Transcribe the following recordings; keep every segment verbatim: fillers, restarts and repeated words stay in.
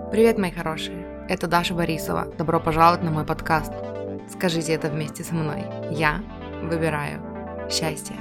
Привет, мои хорошие! Это Даша Борисова. Добро пожаловать на мой подкаст. Скажите это вместе со мной. Я выбираю счастье.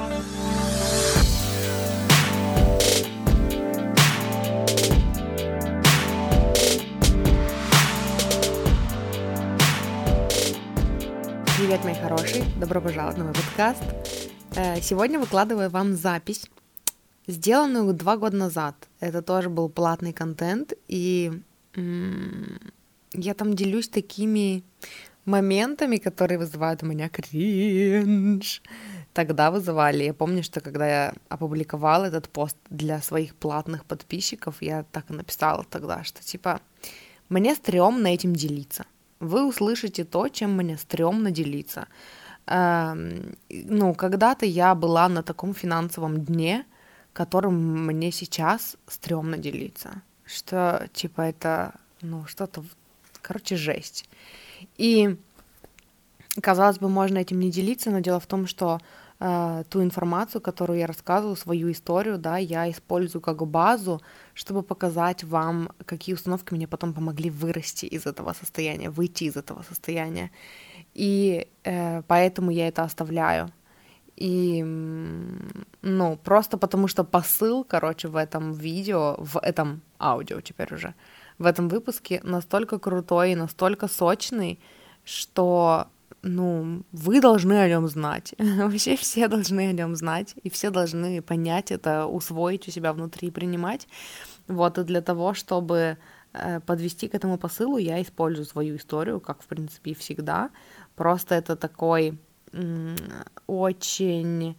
Привет, мои хорошие! Добро пожаловать на мой подкаст. Сегодня выкладываю вам запись, сделанную два года назад. Это тоже был платный контент, и м- я там делюсь такими моментами, которые вызывают у меня кринж. Тогда вызывали. Я помню, что когда я опубликовала этот пост для своих платных подписчиков, я так и написала тогда, что типа мне стрёмно этим делиться. Вы услышите то, чем мне стрёмно делиться. Эм, ну, когда-то я была на таком финансовом дне, которым мне сейчас стрёмно делиться. Что, типа, это, ну, что-то, короче, жесть. И, казалось бы, можно этим не делиться, но дело в том, что э, ту информацию, которую я рассказываю, свою историю, да, я использую как базу, чтобы показать вам, какие установки мне потом помогли вырасти из этого состояния, выйти из этого состояния. И э, поэтому я это оставляю. И, ну, просто потому что посыл, короче, в этом видео, в этом аудио теперь уже, в этом выпуске настолько крутой и настолько сочный, что, ну, вы должны о нем знать. Вообще все должны о нем знать, и все должны понять это, усвоить у себя внутри и принимать. Вот, и для того, чтобы э, подвести к этому посылу, я использую свою историю, как, в принципе, и всегда. Просто это такой очень,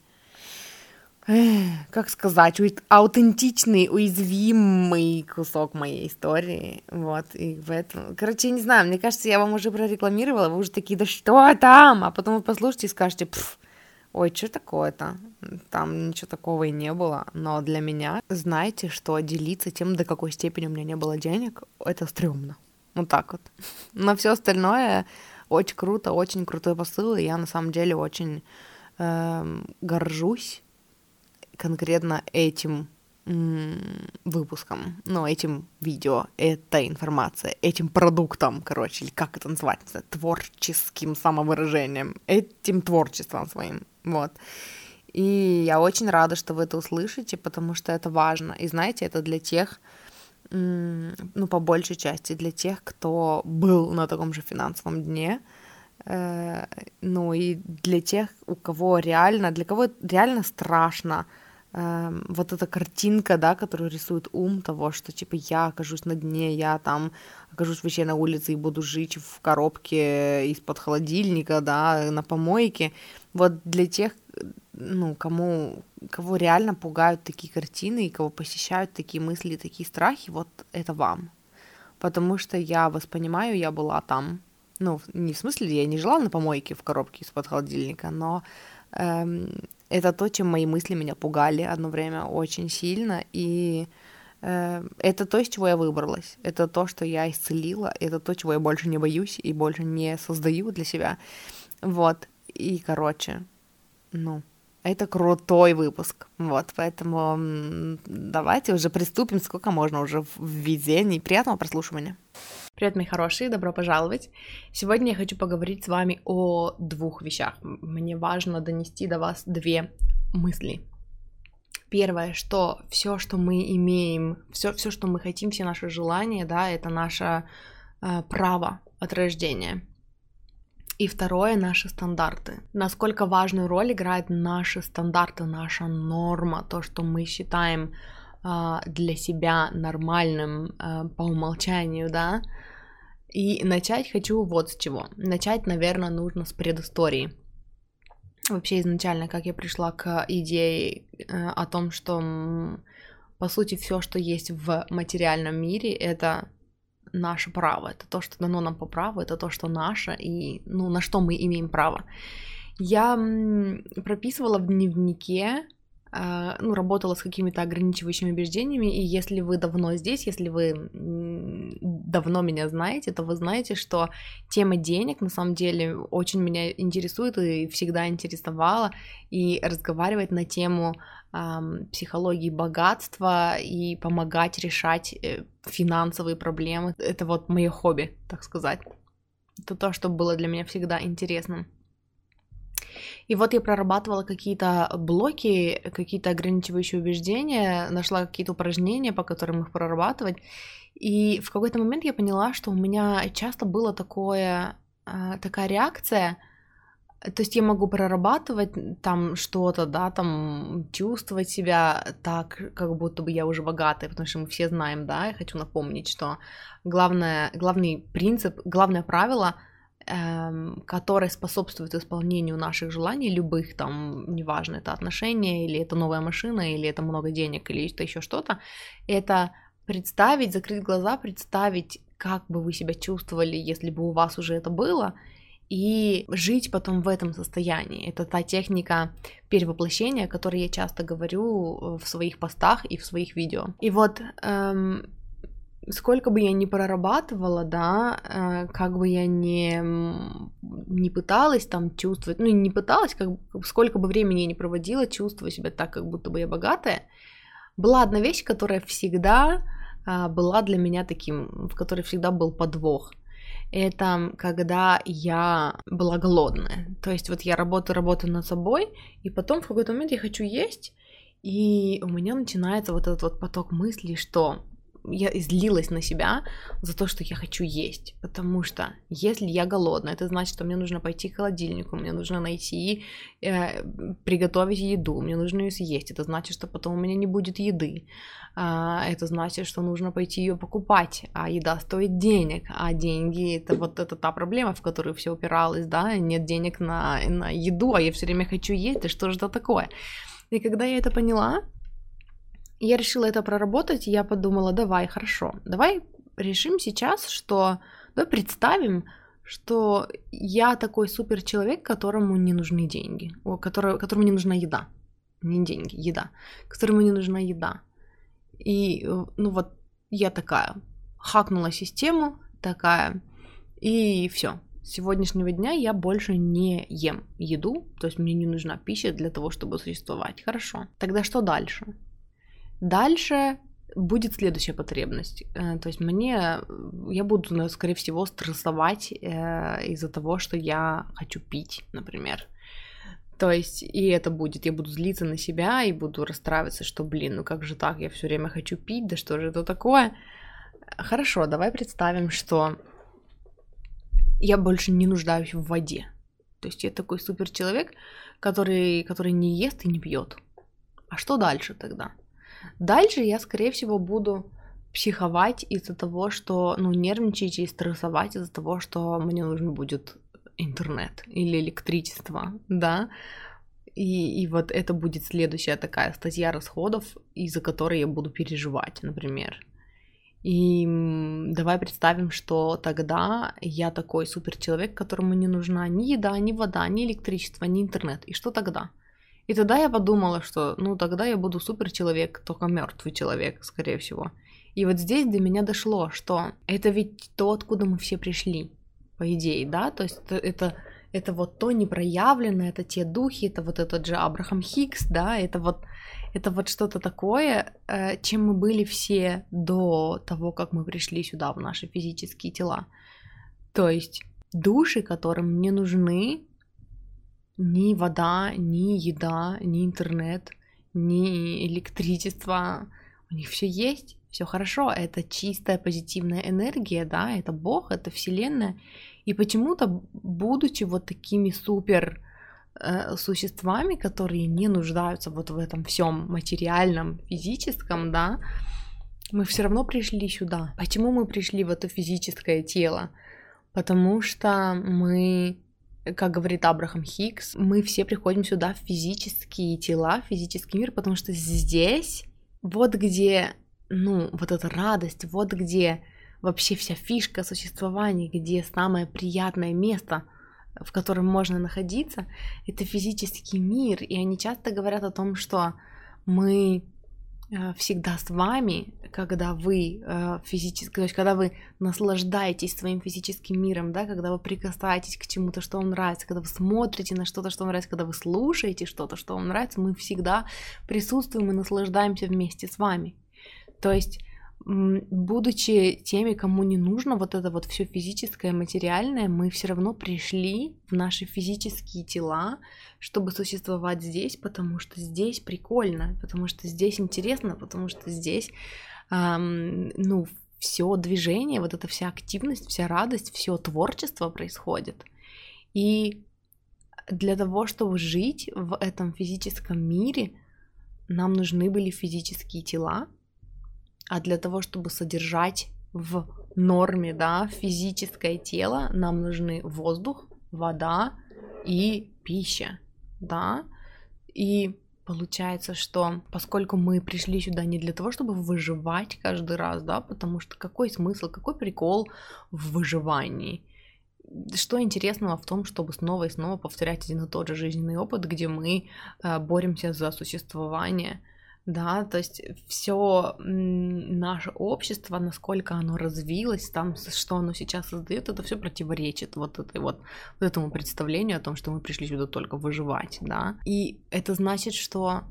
как сказать, аутентичный, уязвимый кусок моей истории, вот, и в этом, короче, я не знаю, мне кажется, я вам уже прорекламировала, вы уже такие, да что там, а потом вы послушаете и скажете, ой, что такое-то, там ничего такого и не было, но для меня, знаете, что делиться тем, до какой степени у меня не было денег, это стрёмно, вот так вот, но все остальное очень круто, очень крутой посыл, и я на самом деле очень э, горжусь конкретно этим м- выпуском, ну, этим видео, этой информацией, этим продуктом, короче, или как это называть, творческим самовыражением, этим творчеством своим, вот. И я очень рада, что вы это услышите, потому что это важно, и знаете, это для тех, ну, по большей части для тех, кто был на таком же финансовом дне, э, ну, и для тех, у кого реально, для кого реально страшно э, вот эта картинка, да, которую рисует ум того, что, типа, я окажусь на дне, я там окажусь вообще на улице и буду жить в коробке из-под холодильника, да, на помойке. Вот для тех, ну, кому, кого реально пугают такие картины и кого посещают такие мысли, такие страхи, вот это вам. Потому что я вас понимаю, я была там. Ну, не в смысле, я не жила на помойке в коробке из-под холодильника, но эм, это то, чем мои мысли меня пугали одно время очень сильно, и э, это то, из чего я выбралась, это то, что я исцелила, это то, чего я больше не боюсь и больше не создаю для себя. Вот, и, короче, ну, это крутой выпуск, вот, поэтому давайте уже приступим, сколько можно уже в везении. Приятного прослушивания. Привет, мои хорошие, добро пожаловать. Сегодня я хочу поговорить с вами о двух вещах. Мне важно донести до вас две мысли. Первое, что все, что мы имеем, все, все, что мы хотим, все наши желания, да, это наше э, право от рождения. И второе, наши стандарты. Насколько важную роль играют наши стандарты, наша норма, то, что мы считаем э, для себя нормальным э, по умолчанию, да. И начать хочу вот с чего. Начать, наверное, нужно с предыстории. Вообще изначально, как я пришла к идее э, о том, что, по сути, все, что есть в материальном мире, это наше право, это то, что дано нам по праву, это то, что наше, и, ну, на что мы имеем право. Я прописывала в дневнике, э, ну, работала с какими-то ограничивающими убеждениями, и если вы давно здесь, если вы давно меня знаете, то вы знаете, что тема денег, на самом деле, очень меня интересует и всегда интересовала, и разговаривать на тему эм, психологии богатства и помогать решать э, финансовые проблемы. Это вот мое хобби, так сказать. Это то, что было для меня всегда интересным. И вот я прорабатывала какие-то блоки, какие-то ограничивающие убеждения, нашла какие-то упражнения, по которым их прорабатывать. И в какой-то момент я поняла, что у меня часто была такое, такая реакция. То есть я могу прорабатывать там что-то, да, там чувствовать себя так, как будто бы я уже богатая, потому что мы все знаем, да, я хочу напомнить, что главное, главный принцип, главное правило, эм, которое способствует исполнению наших желаний, любых там, неважно, это отношения, или это новая машина, или это много денег, или это еще что-то, это представить, закрыть глаза, представить, как бы вы себя чувствовали, если бы у вас уже это было, и жить потом в этом состоянии. Это та техника перевоплощения, о которой я часто говорю в своих постах и в своих видео. И вот эм, сколько бы я ни прорабатывала, да, э, как бы я ни, не пыталась там чувствовать, ну не пыталась, как, сколько бы времени я ни проводила, чувствуя себя так, как будто бы я богатая, была одна вещь, которая всегда э, была для меня таким, в которой всегда был подвох. Это когда я была голодная. То есть вот я работаю, работаю над собой, и потом в какой-то момент я хочу есть, и у меня начинается вот этот вот поток мыслей, что я злилась на себя за то, что я хочу есть. Потому что если я голодная, это значит, что мне нужно пойти к холодильнику, мне нужно найти, э, приготовить еду, мне нужно ее съесть. Это значит, что потом у меня не будет еды. А, это значит, что нужно пойти ее покупать, а еда стоит денег, а деньги это вот это та проблема, в которую все упиралось, да, нет денег на, на еду, а я все время хочу есть, да что же это такое? И когда я это поняла, я решила это проработать, и я подумала, давай, хорошо, давай решим сейчас, что, давай представим, что я такой супер человек, которому не нужны деньги, о, который, которому не нужна еда, не деньги, еда, которому не нужна еда. И, ну вот, я такая, хакнула систему, такая, и все. С сегодняшнего дня я больше не ем еду, то есть мне не нужна пища для того, чтобы существовать. Хорошо. Тогда что дальше? Дальше будет следующая потребность. То есть мне, я буду, скорее всего, стрессовать из-за того, что я хочу пить, например. То есть, и это будет, я буду злиться на себя и буду расстраиваться, что, блин, ну как же так, я все время хочу пить, да что же это такое? Хорошо, давай представим, что я больше не нуждаюсь в воде. То есть я такой супер человек, который, который не ест и не пьет. А что дальше тогда? Дальше я, скорее всего, буду психовать из-за того, что, ну, нервничать и стрессовать из-за того, что мне нужен будет интернет или электричество, да, и, и вот это будет следующая такая статья расходов, из-за которой я буду переживать, например. И давай представим, что тогда я такой супер человек, которому не нужна ни еда, ни вода, ни электричество, ни интернет. И что тогда? И тогда я подумала, что, ну, тогда я буду супер человек, только мертвый человек, скорее всего. И вот здесь до меня дошло, что это ведь то, откуда мы все пришли, по идее, да, то есть это, это, это вот то непроявленное, это те духи, это вот этот же Абрахам Хикс, да, это вот, это вот что-то такое, чем мы были все до того, как мы пришли сюда, в наши физические тела. То есть души, которым не нужны ни вода, ни еда, ни интернет, ни электричество, у них все есть, все хорошо, это чистая позитивная энергия, да, это Бог, это Вселенная, и почему-то, будучи вот такими супер э, существами, которые не нуждаются вот в этом всем материальном, физическом, да, мы все равно пришли сюда. Почему мы пришли в это физическое тело? Потому что мы, как говорит Абрахам Хикс, мы все приходим сюда в физические тела, в физический мир, потому что здесь, вот где, ну, вот эта радость, вот где вообще вся фишка существования, где самое приятное место, в котором можно находиться, это физический мир. И они часто говорят о том, что мы всегда с вами, когда вы э, физически, то есть когда вы наслаждаетесь своим физическим миром, да, когда вы прикасаетесь к чему-то, что вам нравится, когда вы смотрите на что-то, что вам нравится, когда вы слушаете что-то, что вам нравится, мы всегда присутствуем и наслаждаемся вместе с вами. То есть, будучи теми, кому не нужно вот это вот все физическое, материальное, мы все равно пришли в наши физические тела, чтобы существовать здесь, потому что здесь прикольно, потому что здесь интересно, потому что здесь, эм, ну, все движение, вот эта вся активность, вся радость, все творчество происходит. И для того, чтобы жить в этом физическом мире, нам нужны были физические тела. А для того, чтобы содержать в норме, да, физическое тело, нам нужны воздух, вода и пища, да. И получается, что поскольку мы пришли сюда не для того, чтобы выживать каждый раз, да, потому что какой смысл, какой прикол в выживании? Что интересного в том, чтобы снова и снова повторять один и тот же жизненный опыт, где мы э, боремся за существование? Да, то есть все наше общество, насколько оно развилось, там, что оно сейчас создает, это все противоречит вот этой вот, вот этому представлению о том, что мы пришли сюда только выживать, да. И это значит, что,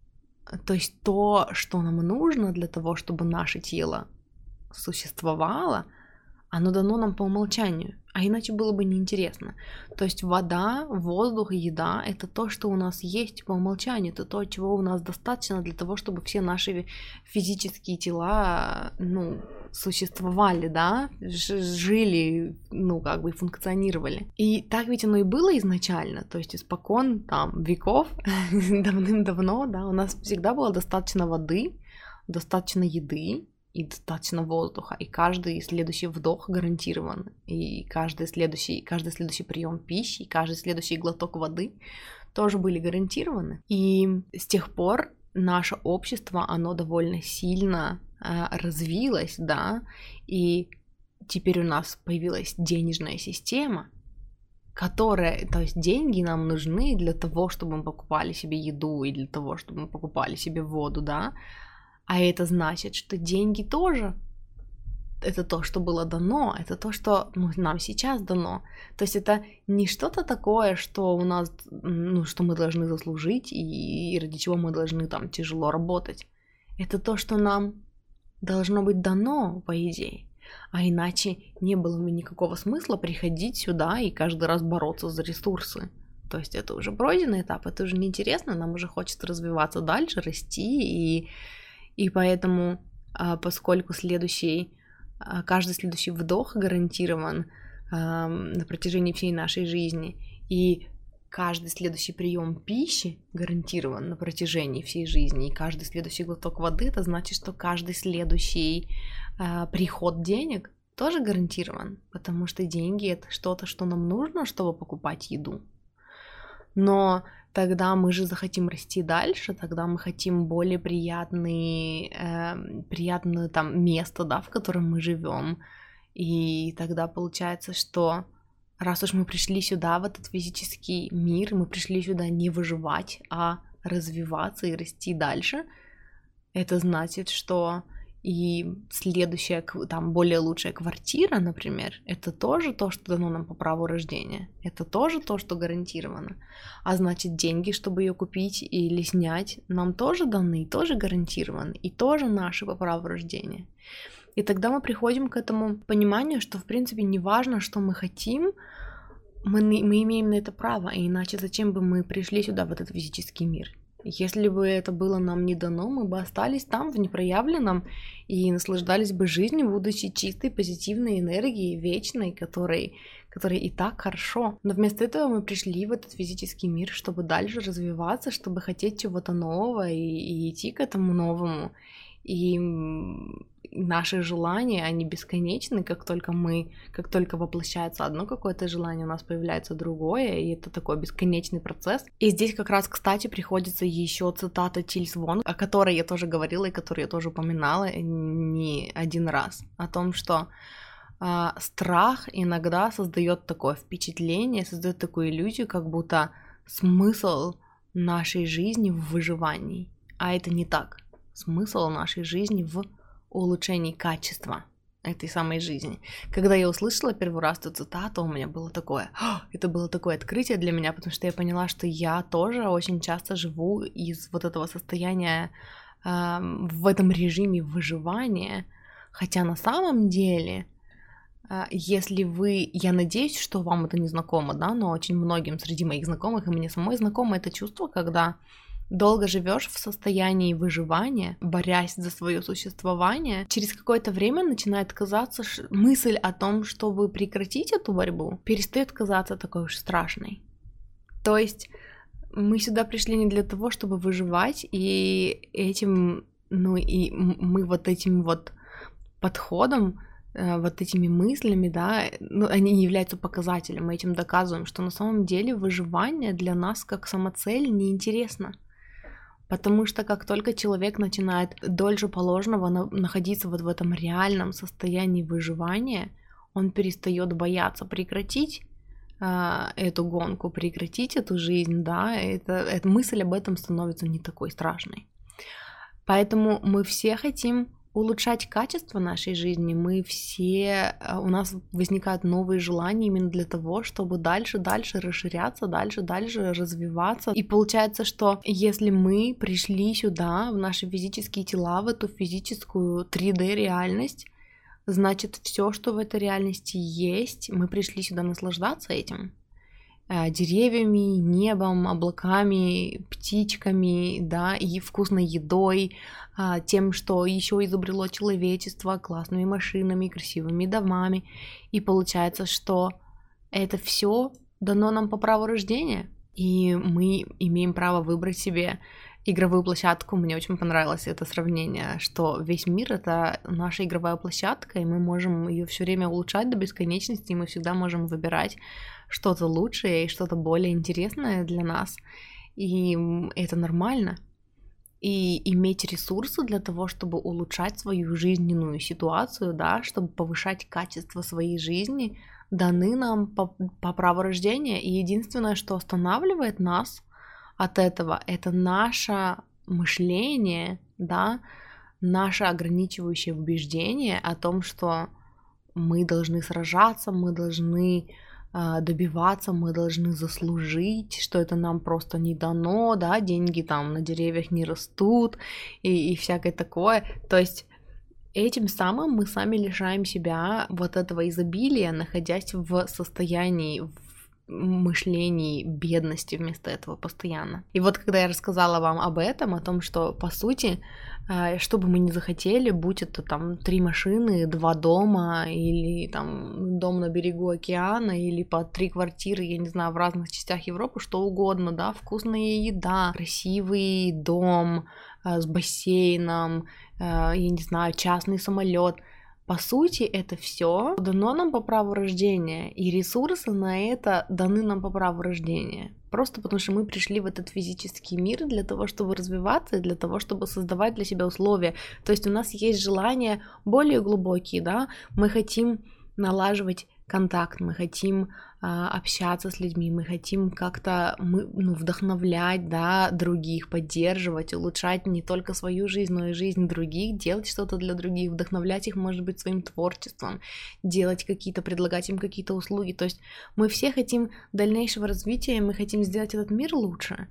то есть то, что нам нужно для того, чтобы наше тело существовало, оно дано нам по умолчанию, а иначе было бы неинтересно. То есть вода, воздух и еда — это то, что у нас есть по умолчанию, это то, чего у нас достаточно для того, чтобы все наши физические тела, ну, существовали, да, жили, ну, как бы функционировали. И так ведь оно и было изначально, то есть испокон, там, веков, давным-давно, да, у нас всегда было достаточно воды, достаточно еды, и достаточно воздуха, и каждый следующий вдох гарантирован, и каждый следующий, каждый следующий прием пищи, и каждый следующий глоток воды тоже были гарантированы. И с тех пор наше общество, оно довольно сильно э, развилось, да, и теперь у нас появилась денежная система, которая, то есть деньги нам нужны для того, чтобы мы покупали себе еду, и для того, чтобы мы покупали себе воду, да. А это значит, что деньги тоже это то, что было дано, это то, что, ну, нам сейчас дано. То есть это не что-то такое, что у нас, ну, что мы должны заслужить и, и ради чего мы должны там тяжело работать. Это то, что нам должно быть дано, по идее. А иначе не было бы никакого смысла приходить сюда и каждый раз бороться за ресурсы. То есть это уже пройденный этап, это уже неинтересно, нам уже хочется развиваться дальше, расти, и, и поэтому, поскольку следующий, каждый следующий вдох гарантирован на протяжении всей нашей жизни, и каждый следующий прием пищи гарантирован на протяжении всей жизни, и каждый следующий глоток воды, это значит, что каждый следующий приход денег тоже гарантирован, потому что деньги — это что-то, что нам нужно, чтобы покупать еду. Но тогда мы же захотим расти дальше, тогда мы хотим более приятный, э, приятное там место, да, в котором мы живем. И тогда получается, что раз уж мы пришли сюда, в этот физический мир, мы пришли сюда не выживать, а развиваться и расти дальше, это значит, что и следующая, там, более лучшая квартира, например, это тоже то, что дано нам по праву рождения. Это тоже то, что гарантировано. А значит, деньги, чтобы ее купить или снять, нам тоже даны, тоже гарантированы, и тоже наши по праву рождения. И тогда мы приходим к этому пониманию, что, в принципе, не важно, что мы хотим, мы, мы имеем на это право, и иначе зачем бы мы пришли сюда, в этот физический мир? Если бы это было нам не дано, мы бы остались там, в непроявленном, и наслаждались бы жизнью, будучи чистой, позитивной энергией, вечной, которой, которой и так хорошо. Но вместо этого мы пришли в этот физический мир, чтобы дальше развиваться, чтобы хотеть чего-то нового и, и идти к этому новому. И наши желания, они бесконечны, как только мы, как только воплощается одно какое-то желание, у нас появляется другое, и это такой бесконечный процесс. И здесь как раз, кстати, приходится еще цитата Тильс Вон, о которой я тоже говорила и которую я тоже упоминала не один раз, о том, что э, страх иногда создает такое впечатление, создает такую иллюзию, как будто смысл нашей жизни в выживании, а это не так. Смысл нашей жизни в улучшении качества этой самой жизни. Когда я услышала первый раз эту цитату, у меня было такое, это было такое открытие для меня, потому что я поняла, что я тоже очень часто живу из вот этого состояния, э, в этом режиме выживания, хотя на самом деле, э, если вы, я надеюсь, что вам это не знакомо, да, но очень многим среди моих знакомых и мне самой знакомо это чувство, когда долго живешь в состоянии выживания, борясь за свое существование, через какое-то время начинает казаться, ш... мысль о том, чтобы прекратить эту борьбу, перестает казаться такой уж страшной. То есть мы сюда пришли не для того, чтобы выживать, и этим, ну и мы вот этим вот подходом, вот этими мыслями, да, ну, они не являются показателем, мы этим доказываем, что на самом деле выживание для нас как самоцель неинтересно. Потому что как только человек начинает дольше положенного находиться вот в этом реальном состоянии выживания, он перестает бояться прекратить э, эту гонку, прекратить эту жизнь, да, это, эта мысль об этом становится не такой страшной. Поэтому мы все хотим улучшать качество нашей жизни, мы все, у нас возникают новые желания именно для того, чтобы дальше, дальше расширяться, дальше, дальше развиваться. И получается, что если мы пришли сюда, в наши физические тела, в эту физическую три дэ реальность, значит, все, что в этой реальности есть, мы пришли сюда наслаждаться этим. Деревьями, небом, облаками, птичками, да, и вкусной едой, тем, что еще изобрело человечество, классными машинами, красивыми домами. И получается, что это все дано нам по праву рождения, и мы имеем право выбрать себе игровую площадку. Мне очень понравилось это сравнение, что весь мир — это наша игровая площадка, и мы можем ее все время улучшать до бесконечности, и мы всегда можем выбирать что-то лучшее и что-то более интересное для нас, и это нормально. И иметь ресурсы для того, чтобы улучшать свою жизненную ситуацию, да, чтобы повышать качество своей жизни, даны нам по, по праву рождения, и единственное, что останавливает нас от этого, это наше мышление, да, наше ограничивающее убеждение о том, что мы должны сражаться, мы должны добиваться, мы должны заслужить, что это нам просто не дано, да, деньги там на деревьях не растут и, и всякое такое. То есть этим самым мы сами лишаем себя вот этого изобилия, находясь в состоянии, в мышлении бедности вместо этого постоянно. И вот когда я рассказала вам об этом, о том, что по сути, что бы мы ни захотели, будь это там три машины, два дома, или там дом на берегу океана, или по три квартиры, я не знаю, в разных частях Европы, что угодно, да, вкусная еда, красивый дом с бассейном, я не знаю, частный самолет. По сути, это все дано нам по праву рождения, и ресурсы на это даны нам по праву рождения. Просто потому что мы пришли в этот физический мир для того, чтобы развиваться, и для того, чтобы создавать для себя условия. То есть у нас есть желания более глубокие, да, мы хотим налаживать контакт, мы хотим а, общаться с людьми, мы хотим как-то мы, ну, вдохновлять, да, других, поддерживать, улучшать не только свою жизнь, но и жизнь других, делать что-то для других, вдохновлять их, может быть, своим творчеством, делать какие-то, предлагать им какие-то услуги. То есть мы все хотим дальнейшего развития, мы хотим сделать этот мир лучше.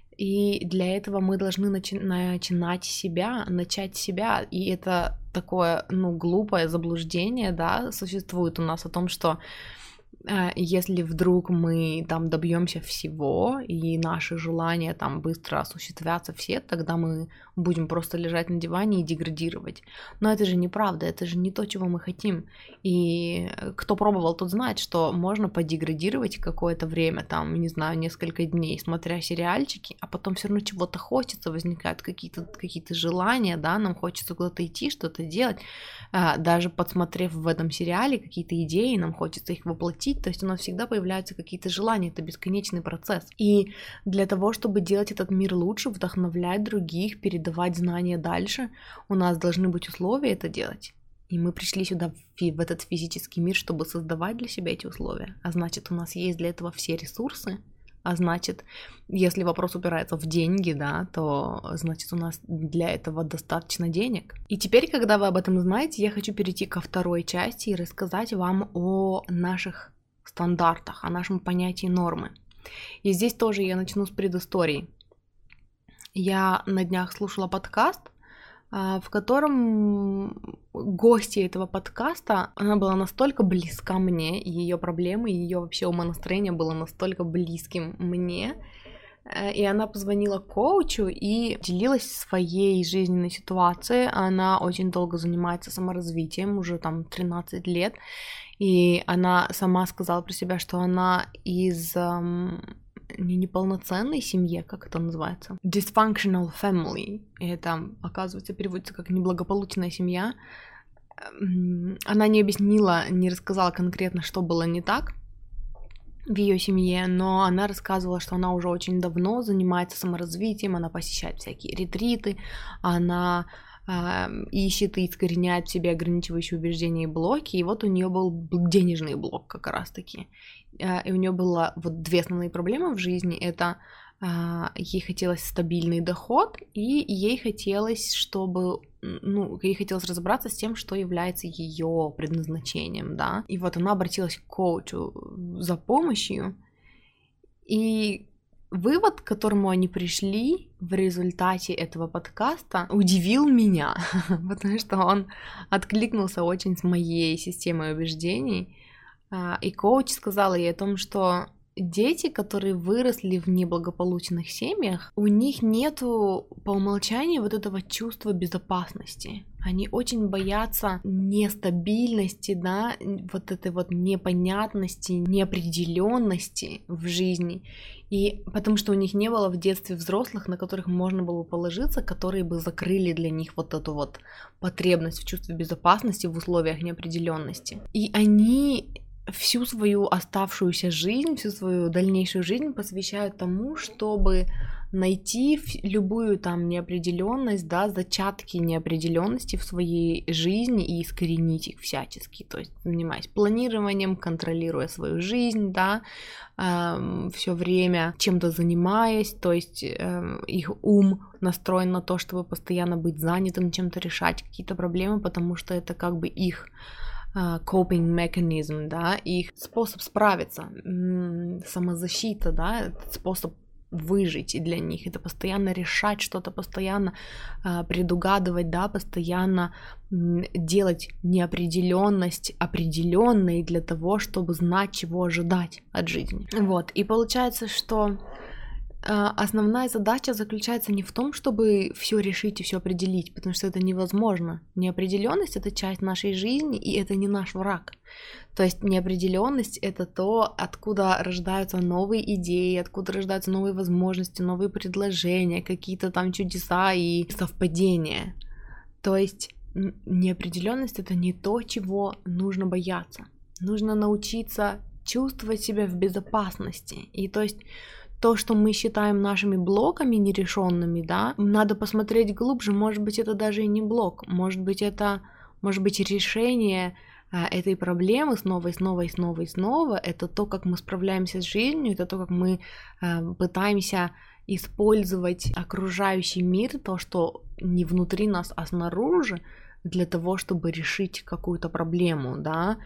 И для этого мы должны начи- начинать себя, начать себя. И это такое, ну, глупое заблуждение, да, существует у нас о том, что э, если вдруг мы там добьемся всего, и наши желания там быстро осуществятся все, тогда мы будем просто лежать на диване и деградировать. Но это же неправда, это же не то, чего мы хотим. И кто пробовал, тот знает, что можно подеградировать какое-то время, там, не знаю, несколько дней, смотря сериальчики, а потом все равно чего-то хочется, возникают какие-то, какие-то желания, да, нам хочется куда-то идти, что-то делать. Даже подсмотрев в этом сериале какие-то идеи, нам хочется их воплотить, то есть у нас всегда появляются какие-то желания, это бесконечный процесс. И для того, чтобы делать этот мир лучше, вдохновлять других, передавать давать знания дальше, у нас должны быть условия это делать. И мы пришли сюда, в, в этот физический мир, чтобы создавать для себя эти условия. А значит, у нас есть для этого все ресурсы, а значит, если вопрос упирается в деньги, да, то значит у нас для этого достаточно денег. И теперь, когда вы об этом знаете, я хочу перейти ко второй части и рассказать вам о наших стандартах, о нашем понятии нормы. И здесь тоже я начну с предыстории. Я на днях слушала подкаст, в котором гостья этого подкаста, она была настолько близка мне, и ее проблемы, и ее вообще умонастроение было настолько близким мне, и она позвонила коучу и делилась своей жизненной ситуацией. Она очень долго занимается саморазвитием, уже там тринадцать лет, и она сама сказала про себя, что она из... не неполноценной семье, как это называется, dysfunctional family, и это, оказывается, переводится как неблагополучная семья. Она не объяснила, не рассказала конкретно, что было не так в ее семье, но она рассказывала, что она уже очень давно занимается саморазвитием, она посещает всякие ретриты, она э, ищет и искореняет в себе ограничивающие убеждения и блоки, и вот у нее был денежный блок как раз-таки. И у нее было вот две основные проблемы в жизни. Это а, ей хотелось стабильный доход, и ей хотелось, чтобы, ну, ей хотелось разобраться с тем, что является ее предназначением, да. И вот она обратилась к коучу за помощью, и вывод, к которому они пришли в результате этого подкаста, удивил меня, потому что он откликнулся очень с моей системой убеждений. И коуч сказала ей о том, что дети, которые выросли в неблагополучных семьях, у них нету по умолчанию вот этого чувства безопасности. Они очень боятся нестабильности, да, вот этой вот непонятности, неопределенности в жизни. И потому что у них не было в детстве взрослых, на которых можно было бы положиться, которые бы закрыли для них вот эту вот потребность в чувстве безопасности в условиях неопределенности. И они всю свою оставшуюся жизнь, всю свою дальнейшую жизнь посвящают тому, чтобы найти любую там неопределенность, да, зачатки неопределенности в своей жизни и искоренить их всячески, то есть занимаясь планированием, контролируя свою жизнь, да, э, все время чем-то занимаясь, то есть э, их ум настроен на то, чтобы постоянно быть занятым, чем-то решать какие-то проблемы, потому что это как бы их coping mechanism, да, их способ справиться, самозащита, да, способ выжить, и для них это постоянно решать что-то, постоянно э, предугадывать, да, постоянно делать неопределенность определенной для того, чтобы знать, чего ожидать от жизни. Вот, и получается, что основная задача заключается не в том, чтобы все решить и все определить, потому что это невозможно. Неопределенность — это часть нашей жизни, и это не наш враг. То есть неопределенность — это то, откуда рождаются новые идеи, откуда рождаются новые возможности, новые предложения, какие-то там чудеса и совпадения. То есть неопределенность — это не то, чего нужно бояться. Нужно научиться чувствовать себя в безопасности. И то есть то, что мы считаем нашими блоками нерешенными, да, надо посмотреть глубже, может быть, это даже и не блок, может быть, это, может быть, решение а, этой проблемы снова и снова и снова и снова, это то, как мы справляемся с жизнью, это то, как мы а, пытаемся использовать окружающий мир, то, что не внутри нас, а снаружи, для того, чтобы решить какую-то проблему, да,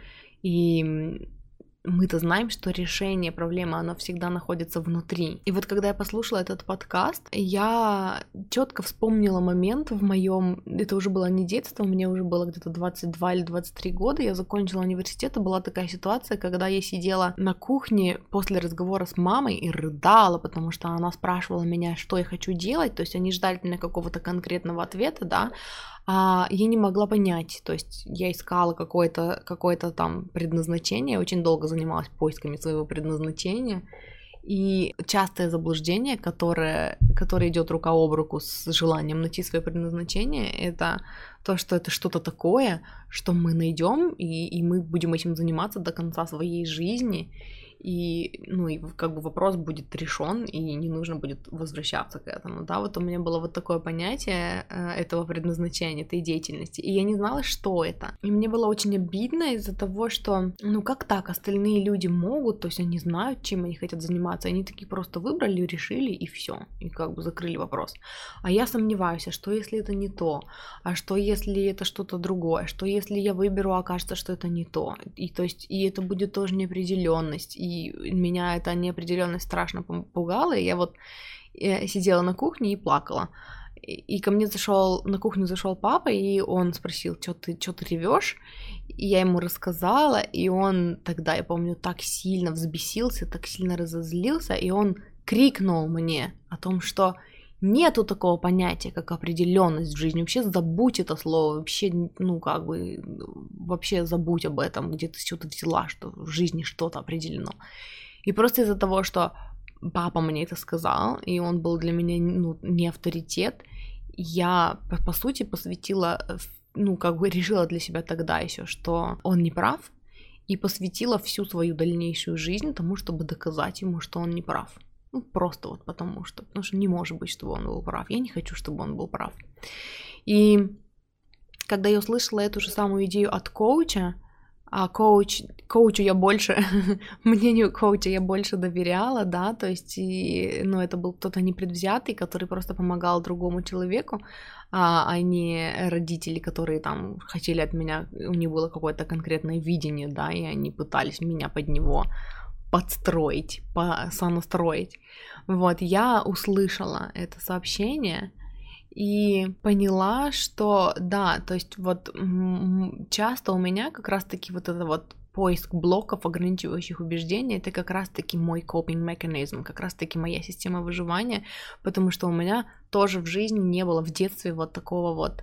и мы-то знаем, что решение проблемы, оно всегда находится внутри. И вот когда я послушала этот подкаст, я четко вспомнила момент в моем, это уже было не детство, мне уже было где-то двадцать два или двадцать три года, я закончила университет, и была такая ситуация, когда я сидела на кухне после разговора с мамой и рыдала, потому что она спрашивала меня, что я хочу делать, то есть они ждали от меня какого-то конкретного ответа, да, а я не могла понять, то есть я искала какое-то, какое-то там предназначение, очень долго занималась поисками своего предназначения, и частое заблуждение, которое, которое идет рука об руку с желанием найти свое предназначение, это то, что это что-то такое, что мы найдем, и, и мы будем этим заниматься до конца своей жизни, и, ну, и как бы вопрос будет решен, и не нужно будет возвращаться к этому, да, вот у меня было вот такое понятие этого предназначения, этой деятельности, и я не знала, что это, и мне было очень обидно из-за того, что, ну, как так, остальные люди могут, то есть они знают, чем они хотят заниматься, они такие просто выбрали, решили, и все, и как бы закрыли вопрос, а я сомневаюсь, а что если это не то, а что если это что-то другое, что если я выберу, а окажется, что это не то, и то есть, и это будет тоже неопределенность, и меня эта неопределенность страшно пугала, и я вот сидела на кухне и плакала. И ко мне зашел, на кухню зашел папа, и он спросил, что ты, что ты ревешь? И я ему рассказала, и он тогда, я помню, так сильно взбесился, так сильно разозлился, и он крикнул мне о том, что нету такого понятия, как определенность в жизни. Вообще забудь это слово, вообще, ну, как бы, вообще забудь об этом, где ты что-то взяла, что в жизни что-то определено. И просто из-за того, что папа мне это сказал, и он был для меня, ну, не авторитет, я, по, по сути, посвятила, ну, как бы решила для себя тогда еще, что он не прав, и посвятила всю свою дальнейшую жизнь тому, чтобы доказать ему, что он не прав. Ну, просто вот потому что, потому что не может быть, чтобы он был прав. Я не хочу, чтобы он был прав. И когда я услышала эту же самую идею от коуча, а коуч, коучу я больше, мнению коуча я больше доверяла, да, то есть, и, ну, это был кто-то непредвзятый, который просто помогал другому человеку, а, а не родители, которые там хотели от меня, у них было какое-то конкретное видение, да, и они пытались меня под него подстроить, сонастроить. Вот, я услышала это сообщение и поняла, что да, то есть вот часто у меня как раз-таки вот это вот поиск блоков, ограничивающих убеждений, это как раз-таки мой coping mechanism, как раз-таки моя система выживания, потому что у меня тоже в жизни не было в детстве вот такого вот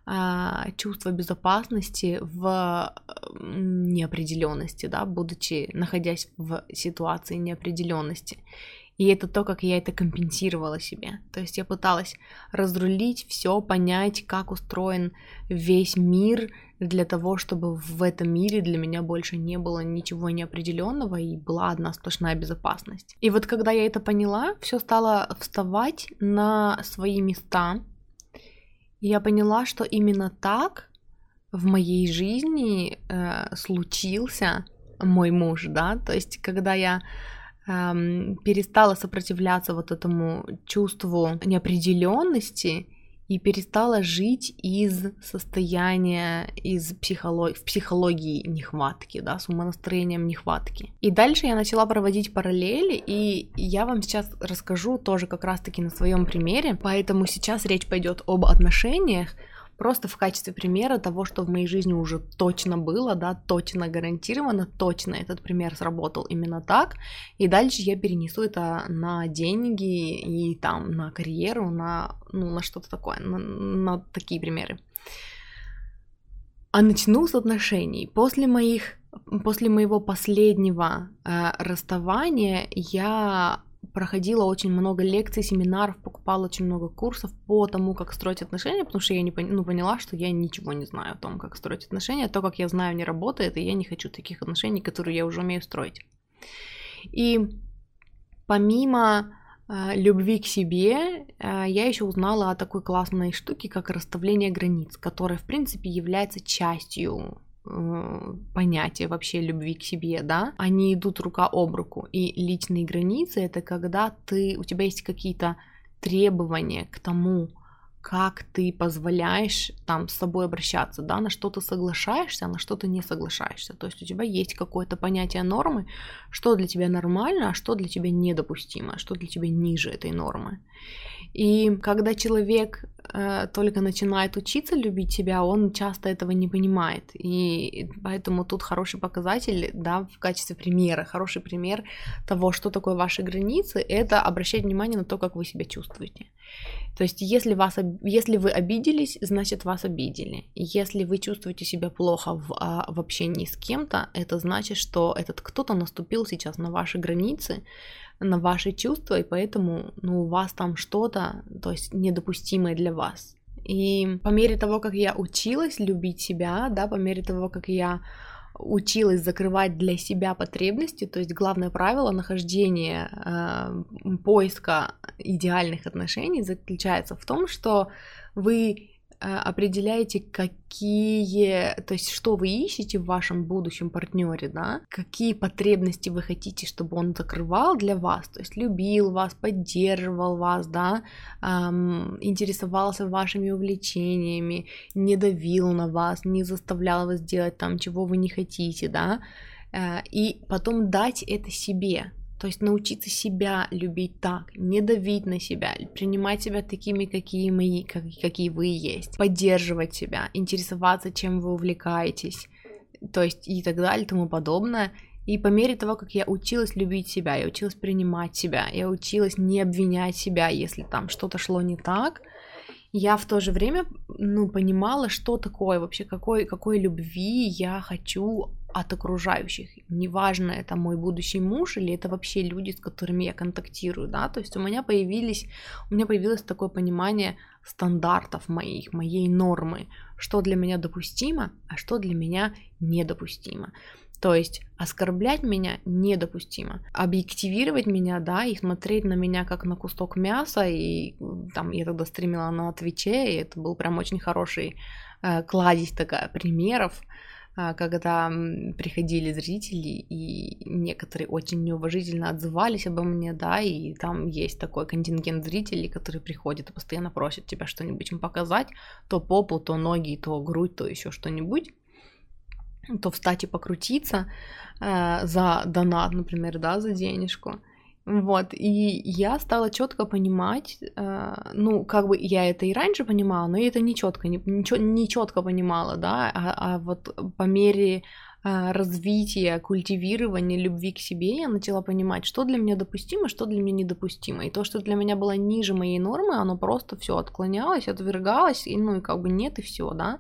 чувство безопасности в неопределенности, да, будучи, находясь в ситуации неопределенности. И это то, как я это компенсировала себе. То есть я пыталась разрулить все, понять, как устроен весь мир, для того, чтобы в этом мире для меня больше не было ничего неопределенного и была одна сплошная безопасность. И вот когда я это поняла, все стало вставать на свои места. И я поняла, что именно так в моей жизни э, случился мой муж, да, то есть когда я э, перестала сопротивляться вот этому чувству неопределенности и перестала жить из состояния, из психолог... в психологии нехватки, да, с умонастроением нехватки. И дальше я начала проводить параллели, и я вам сейчас расскажу тоже как раз-таки на своем примере, поэтому сейчас речь пойдет об отношениях, просто в качестве примера того, что в моей жизни уже точно было, да, точно гарантированно, точно этот пример сработал именно так, и дальше я перенесу это на деньги и там на карьеру, на, ну, на что-то такое, на, на такие примеры. А начну с отношений. После моих, после моего последнего э, расставания я проходила очень много лекций, семинаров, покупала очень много курсов по тому, как строить отношения, потому что я не пон... ну, поняла, что я ничего не знаю о том, как строить отношения. То, как я знаю, не работает, и я не хочу таких отношений, которые я уже умею строить. И помимо э, любви к себе, э, я еще узнала о такой классной штуке, как расставление границ, которая, в принципе, является частью понятие вообще любви к себе, да, они идут рука об руку, и личные границы — это когда ты, у тебя есть какие-то требования к тому, как ты позволяешь там с собой обращаться, да, на что ты соглашаешься, а на что ты не соглашаешься, то есть у тебя есть какое-то понятие нормы, что для тебя нормально, а что для тебя недопустимо, что для тебя ниже этой нормы. И когда человек э, только начинает учиться любить себя, он часто этого не понимает. И поэтому тут хороший показатель, да, в качестве примера, хороший пример того, что такое ваши границы, это обращать внимание на то, как вы себя чувствуете. То есть если, вас, если вы обиделись, значит вас обидели. Если вы чувствуете себя плохо в, в общении с кем-то, это значит, что этот кто-то наступил сейчас на ваши границы, на ваши чувства, и поэтому, ну, у вас там что-то, то есть недопустимое для вас. И по мере того, как я училась любить себя, да, по мере того, как я училась закрывать для себя потребности, то есть главное правило нахождения, э, поиска идеальных отношений заключается в том, что вы определяете, какие, то есть что вы ищете в вашем будущем партнере, да, какие потребности вы хотите, чтобы он закрывал для вас, то есть любил вас, поддерживал вас, да, эм, интересовался вашими увлечениями, не давил на вас, не заставлял вас делать там, чего вы не хотите, да, э, и потом дать это себе. То есть научиться себя любить так, не давить на себя, принимать себя такими, какие, мы, как, какие вы есть, поддерживать себя, интересоваться, чем вы увлекаетесь, то есть и так далее, и тому подобное. И по мере того, как я училась любить себя, я училась принимать себя, я училась не обвинять себя, если там что-то шло не так, я в то же время, ну, понимала, что такое вообще, какой, какой любви я хочу от окружающих. Неважно, это мой будущий муж или это вообще люди, с которыми я контактирую, да, то есть у меня появились, у меня появилось такое понимание стандартов моих, моей нормы, что для меня допустимо, а что для меня недопустимо. То есть оскорблять меня недопустимо, объективировать меня, да, и смотреть на меня как на кусок мяса, и там я тогда стримила на Твиче, и это был прям очень хороший э, кладезь такая примеров, э, когда приходили зрители, и некоторые очень неуважительно отзывались обо мне, да, и там есть такой контингент зрителей, которые приходят и постоянно просят тебя что-нибудь им показать, то попу, то ноги, то грудь, то еще что-нибудь, то встать и покрутиться э, за донат, например, да, за денежку. Вот, и я стала четко понимать, э, ну, как бы я это и раньше понимала, но я это не четко, не, не четко понимала, да, а, а вот по мере э, развития, культивирования любви к себе я начала понимать, что для меня допустимо, что для меня недопустимо. И то, что для меня было ниже моей нормы, оно просто все отклонялось, отвергалось, и, ну, и как бы нет, и все, да.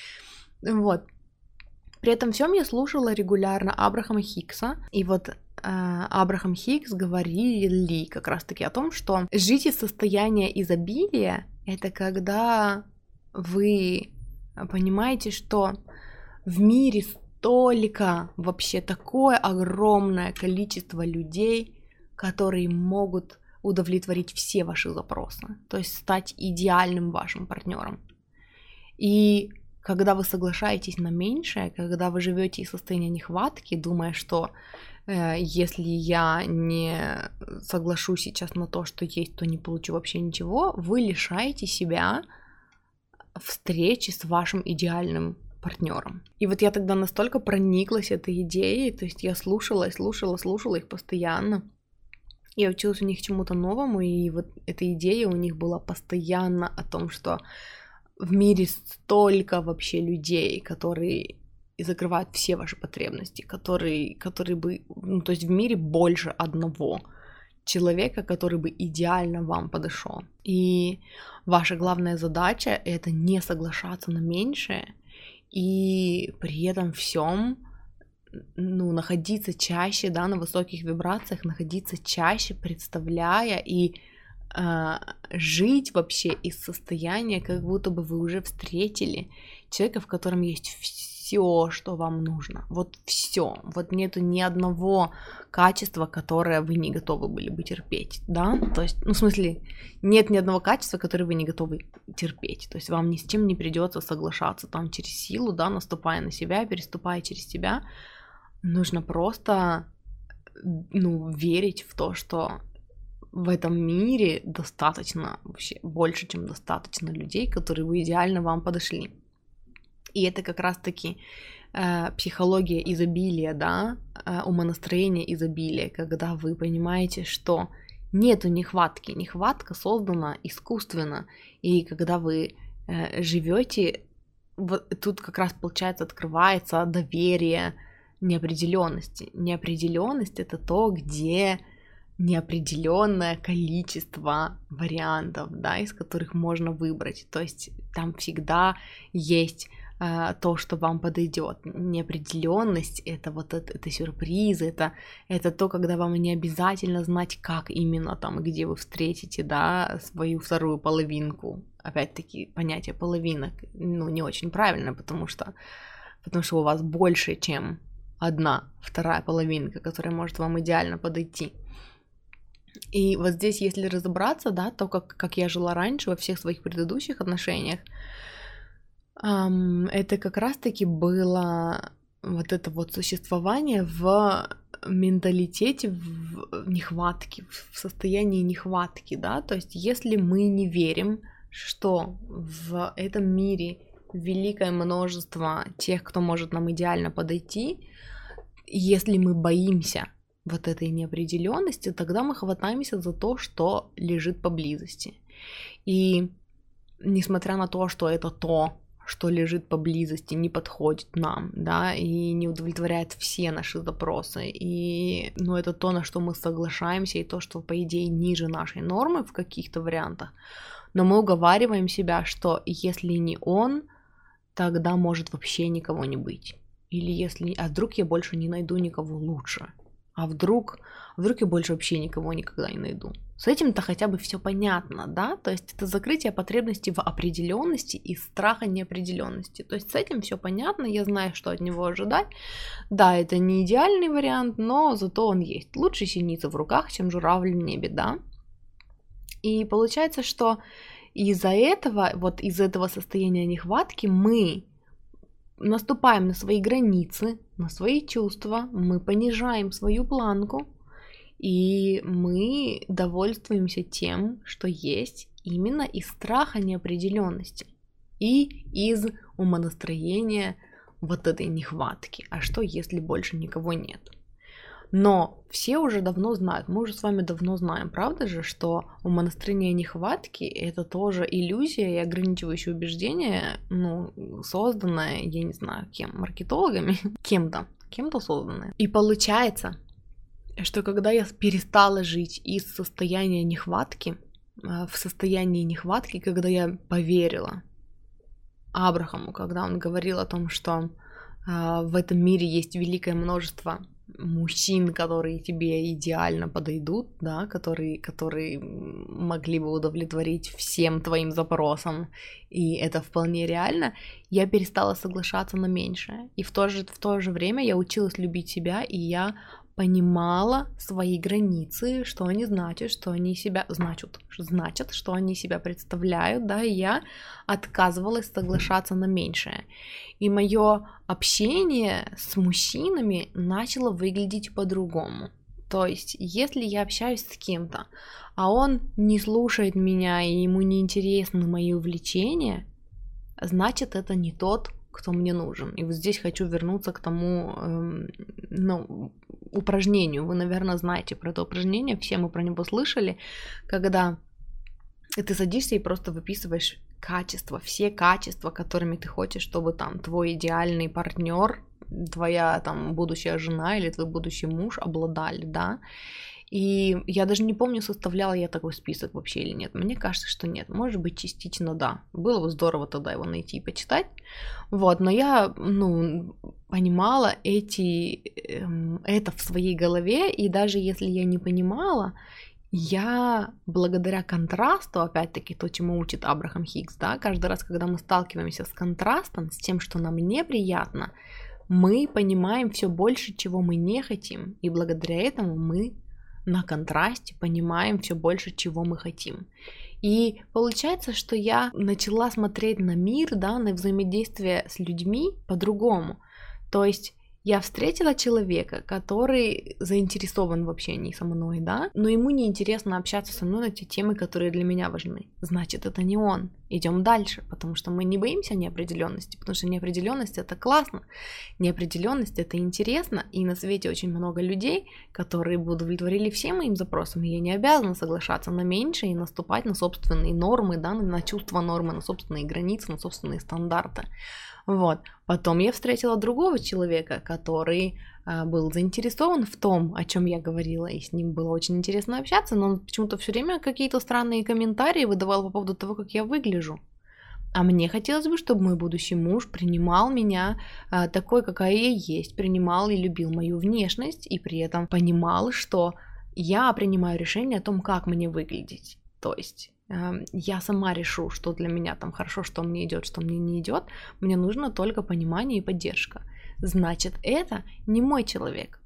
Вот. При этом всем я слушала регулярно Абрахама Хикса, и вот э, Абрахам Хикс говорили как раз-таки о том, что жить из состояния изобилия — это когда вы понимаете, что в мире столько, вообще такое огромное количество людей, которые могут удовлетворить все ваши запросы, то есть стать идеальным вашим партнером. И когда вы соглашаетесь на меньшее, когда вы живете из состояния нехватки, думая, что э, если я не соглашусь сейчас на то, что есть, то не получу вообще ничего, вы лишаете себя встречи с вашим идеальным партнером. И вот я тогда настолько прониклась этой идеей, то есть я слушала и слушала, слушала их постоянно. Я училась у них чему-то новому, и вот эта идея у них была постоянно о том, что в мире столько вообще людей, которые закрывают все ваши потребности, которые, которые бы, ну, то есть в мире больше одного человека, который бы идеально вам подошел. И ваша главная задача — это не соглашаться на меньшее, и при этом всем, ну, находиться чаще, да, на высоких вибрациях, находиться чаще, представляя и жить вообще из состояния, как будто бы вы уже встретили человека, в котором есть все, что вам нужно. Вот все. Вот нету ни одного качества, которое вы не готовы были бы терпеть, да? То есть, ну, в смысле, нет ни одного качества, которое вы не готовы терпеть. То есть вам ни с чем не придется соглашаться там через силу, да, наступая на себя, переступая через себя. Нужно просто, ну, верить в то, что в этом мире достаточно, вообще больше, чем достаточно людей, которые бы идеально вам подошли. И это как раз-таки э, психология изобилия, да, э, умонастроение изобилия, когда вы понимаете, что нету нехватки, нехватка создана искусственно, и когда вы э, живете, вот тут как раз, получается, открывается доверие неопределенности. Неопределенность — это то, где неопределенное количество вариантов, да, из которых можно выбрать. То есть там всегда есть э, то, что вам подойдет. Неопределенность — это вот это, это сюрпризы, это, это то, когда вам не обязательно знать, как именно там, где вы встретите, да, свою вторую половинку. Опять-таки, понятие половинок, ну, не очень правильно, потому что, потому что у вас больше, чем одна, вторая половинка, которая может вам идеально подойти. И вот здесь, если разобраться, да, то, как, как я жила раньше во всех своих предыдущих отношениях, эм, это как раз-таки было вот это вот существование в менталитете в нехватки, в состоянии нехватки, да, то есть если мы не верим, что в этом мире великое множество тех, кто может нам идеально подойти, если мы боимся вот этой неопределенности, тогда мы хватаемся за то, что лежит поблизости. И несмотря на то, что это то, что лежит поблизости, не подходит нам, да, и не удовлетворяет все наши запросы, и, ну, это то, на что мы соглашаемся, и то, что, по идее, ниже нашей нормы в каких-то вариантах, но мы уговариваем себя, что если не он, тогда может вообще никого не быть, или если, а вдруг я больше не найду никого лучше, а вдруг, вдруг я больше вообще никого никогда не найду. С этим-то хотя бы все понятно, да, то есть это закрытие потребности в определенности и страха неопределенности. То есть с этим все понятно, я знаю, что от него ожидать. Да, это не идеальный вариант, но зато он есть. Лучше синица в руках, чем журавль в небе, да. И получается, что из-за этого, вот из этого состояния нехватки мы наступаем на свои границы, на свои чувства, мы понижаем свою планку, и мы довольствуемся тем, что есть, именно из страха неопределенности и из умонастроения вот этой нехватки. А что, если больше никого нет? Но все уже давно знают, мы уже с вами давно знаем, правда же, что умонастроение нехватки — это тоже иллюзия и ограничивающее убеждение, ну, созданное, я не знаю, кем, маркетологами, кем-то, кем-то созданное. И получается, что когда я перестала жить из состояния нехватки, в состоянии нехватки, когда я поверила Абрахаму, когда он говорил о том, что в этом мире есть великое множество мужчин, которые тебе идеально подойдут, да, которые, которые могли бы удовлетворить всем твоим запросам, и это вполне реально, я перестала соглашаться на меньшее. И в то же, в то же время я училась любить себя, и я понимала свои границы, что они значат, что они себя значат, значат, что они себя представляют, да, и я отказывалась соглашаться на меньшее. И мое общение с мужчинами начало выглядеть по-другому. То есть, если я общаюсь с кем-то, а он не слушает меня и ему не интересны мои увлечения, значит, это не тот, кто мне нужен. И вот здесь хочу вернуться к тому, эм, ну, упражнению. Вы, наверное, знаете про это упражнение, все мы про него слышали, когда ты садишься и просто выписываешь качества, все качества, которыми ты хочешь, чтобы там твой идеальный партнер, твоя там будущая жена или твой будущий муж обладали, да. И я даже не помню, составляла я такой список вообще или нет. Мне кажется, что нет. Может быть, частично да. Было бы здорово тогда его найти и почитать. Вот, но я, ну, понимала эти, эм, это в своей голове, и даже если я не понимала, я благодаря контрасту, опять-таки то, чему учит Абрахам Хикс, да, каждый раз, когда мы сталкиваемся с контрастом, с тем, что нам неприятно, мы понимаем все больше, чего мы не хотим, и благодаря этому мы на контрасте понимаем все больше, чего мы хотим. И получается, что я начала смотреть на мир, да, на взаимодействие с людьми по-другому. То есть я встретила человека, который заинтересован в общении со мной, да, но ему не интересно общаться со мной на те темы, которые для меня важны. Значит, это не он. Идем дальше, потому что мы не боимся неопределенности, потому что неопределенность — это классно, неопределенность — это интересно, и на свете очень много людей, которые бы удовлетворили всем моим запросам, и я не обязана соглашаться на меньшее и наступать на собственные нормы, да, на чувство нормы, на собственные границы, на собственные стандарты. Вот. Потом я встретила другого человека, который а, был заинтересован в том, о чем я говорила, и с ним было очень интересно общаться, но он почему-то все время какие-то странные комментарии выдавал по поводу того, как я выгляжу. А мне хотелось бы, чтобы мой будущий муж принимал меня а, такой, какая я есть, принимал и любил мою внешность, и при этом понимал, что я принимаю решение о том, как мне выглядеть. То есть я сама решу, что для меня там хорошо, что мне идет, что мне не идет. Мне нужно только понимание и поддержка. значит, это не мой человек.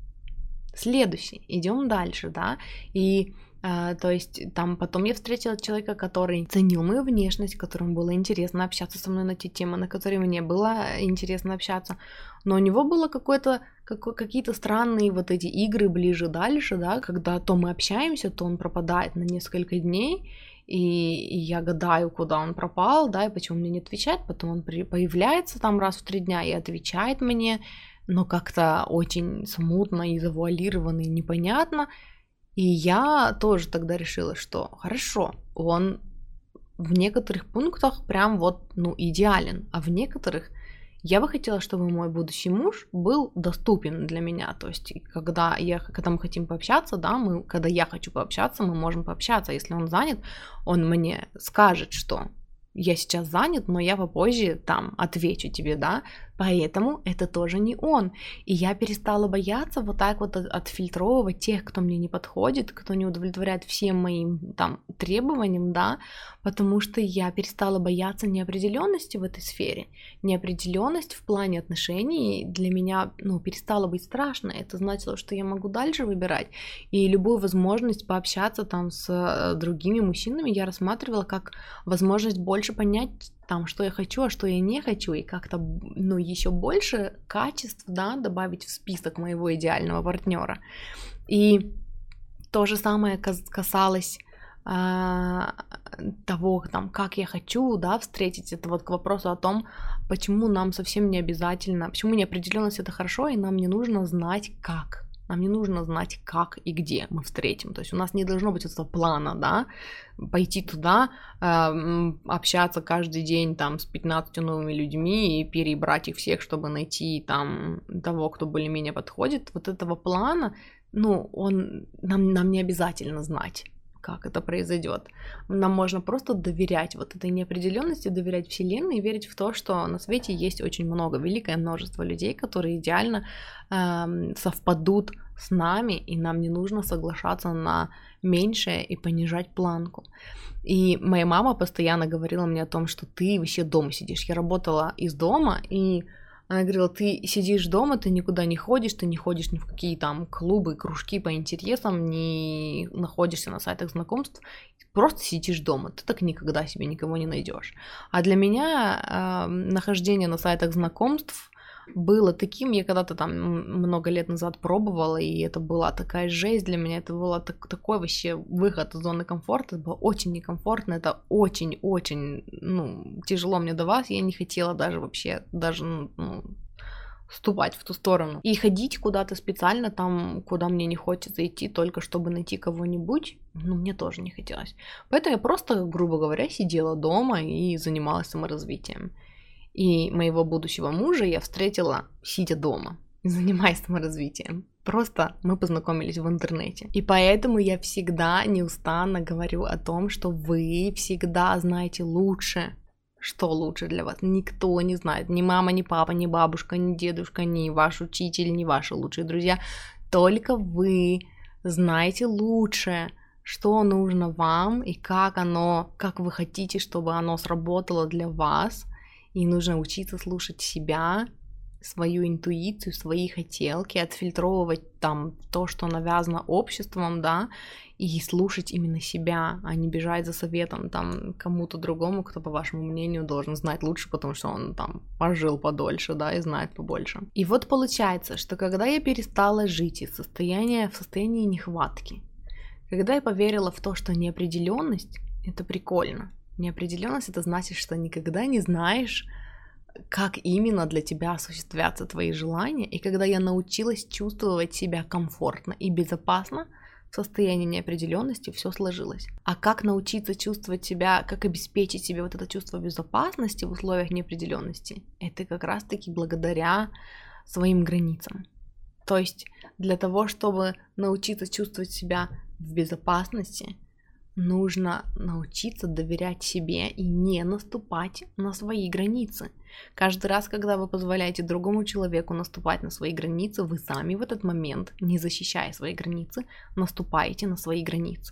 Следующий, идем дальше, да, и Uh, то есть там потом я встретила человека, который ценил мою внешность, которому было интересно общаться со мной на те темы, на которые мне было интересно общаться, но у него было какое-то, как, какие-то странные вот эти игры ближе-дальше, да, когда то мы общаемся, то он пропадает на несколько дней, и, и я гадаю, куда он пропал, да, и почему мне не отвечает, потом он при, появляется там раз в три дня и отвечает мне, но как-то очень смутно и завуалированно и непонятно. И я тоже тогда решила, что хорошо, он в некоторых пунктах прям вот, ну, идеален, а в некоторых я бы хотела, чтобы мой будущий муж был доступен для меня. То есть, когда, я, когда мы хотим пообщаться, да, мы, когда я хочу пообщаться, мы можем пообщаться. Если он занят, он мне скажет, что я сейчас занят, но я попозже там отвечу тебе, да, поэтому это тоже не он. И я перестала бояться вот так вот отфильтровывать тех, кто мне не подходит, кто не удовлетворяет всем моим там требованиям, да, потому что я перестала бояться неопределенности в этой сфере. Неопределенность в плане отношений для меня, ну, перестала быть страшной. Это значило, что я могу дальше выбирать, и любую возможность пообщаться там с другими мужчинами я рассматривала как возможность больше понять там, что я хочу, а что я не хочу, и как-то, ну, еще больше качеств, да, добавить в список моего идеального партнера. И то же самое касалось а, того, там, как я хочу, да, встретить. Это вот к вопросу о том, почему нам совсем не обязательно, почему неопределенность это хорошо, и нам не нужно знать как. Нам не нужно знать, как и где мы встретим. То есть у нас не должно быть этого плана, да, пойти туда, э, общаться каждый день там с пятнадцатью новыми людьми и перебрать их всех, чтобы найти там того, кто более-менее подходит. Вот этого плана, ну, он, нам, нам не обязательно знать, как это произойдет. Нам можно просто доверять вот этой неопределенности, доверять Вселенной и верить в то, что на свете есть очень много, великое множество людей, которые идеально э, совпадут с нами, и нам не нужно соглашаться на меньшее и понижать планку. И моя мама постоянно говорила мне о том, что ты вообще дома сидишь. Я работала из дома, и она говорила, ты сидишь дома, ты никуда не ходишь, ты не ходишь ни в какие там клубы, кружки по интересам, не находишься на сайтах знакомств, просто сидишь дома, ты так никогда себе никого не найдешь. А для меня э, нахождение на сайтах знакомств было таким, я когда-то там много лет назад пробовала, и это была такая жесть для меня, это было так, такой вообще выход из зоны комфорта, это было очень некомфортно, это очень-очень, ну, тяжело мне давалось, я не хотела даже вообще, даже, ну, ступать в ту сторону. И ходить куда-то специально там, куда мне не хочется идти, только чтобы найти кого-нибудь, ну, мне тоже не хотелось. Поэтому я просто, грубо говоря, сидела дома и занималась саморазвитием. И моего будущего мужа я встретила, сидя дома, занимаясь саморазвитием. Просто мы познакомились в интернете. И поэтому я всегда неустанно говорю о том, что вы всегда знаете лучше. Что лучше для вас? Никто не знает. Ни мама, ни папа, ни бабушка, ни дедушка, ни ваш учитель, ни ваши лучшие друзья. Только вы знаете лучше, что нужно вам и как оно, как вы хотите, чтобы оно сработало для вас. И нужно учиться слушать себя, свою интуицию, свои хотелки, отфильтровывать там то, что навязано обществом, да, и слушать именно себя, а не бежать за советом там кому-то другому, кто, по вашему мнению, должен знать лучше, потому что он там пожил подольше, да, и знает побольше. И вот получается, что когда я перестала жить из состояния в состоянии нехватки, когда я поверила в то, что неопределенность — это прикольно. Неопределенность — это значит, что никогда не знаешь, как именно для тебя осуществятся твои желания. И когда я научилась чувствовать себя комфортно и безопасно в состоянии неопределенности, все сложилось. А как научиться чувствовать себя, как обеспечить себе вот это чувство безопасности в условиях неопределенности, это как раз-таки благодаря своим границам. То есть для того, чтобы научиться чувствовать себя в безопасности, нужно научиться доверять себе и не наступать на свои границы. Каждый раз, когда вы позволяете другому человеку наступать на свои границы, вы сами в этот момент, не защищая свои границы, наступаете на свои границы.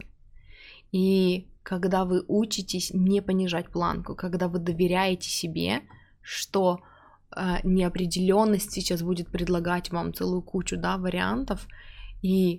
И когда вы учитесь не понижать планку, когда вы доверяете себе, что неопределенность сейчас будет предлагать вам целую кучу, да, вариантов, и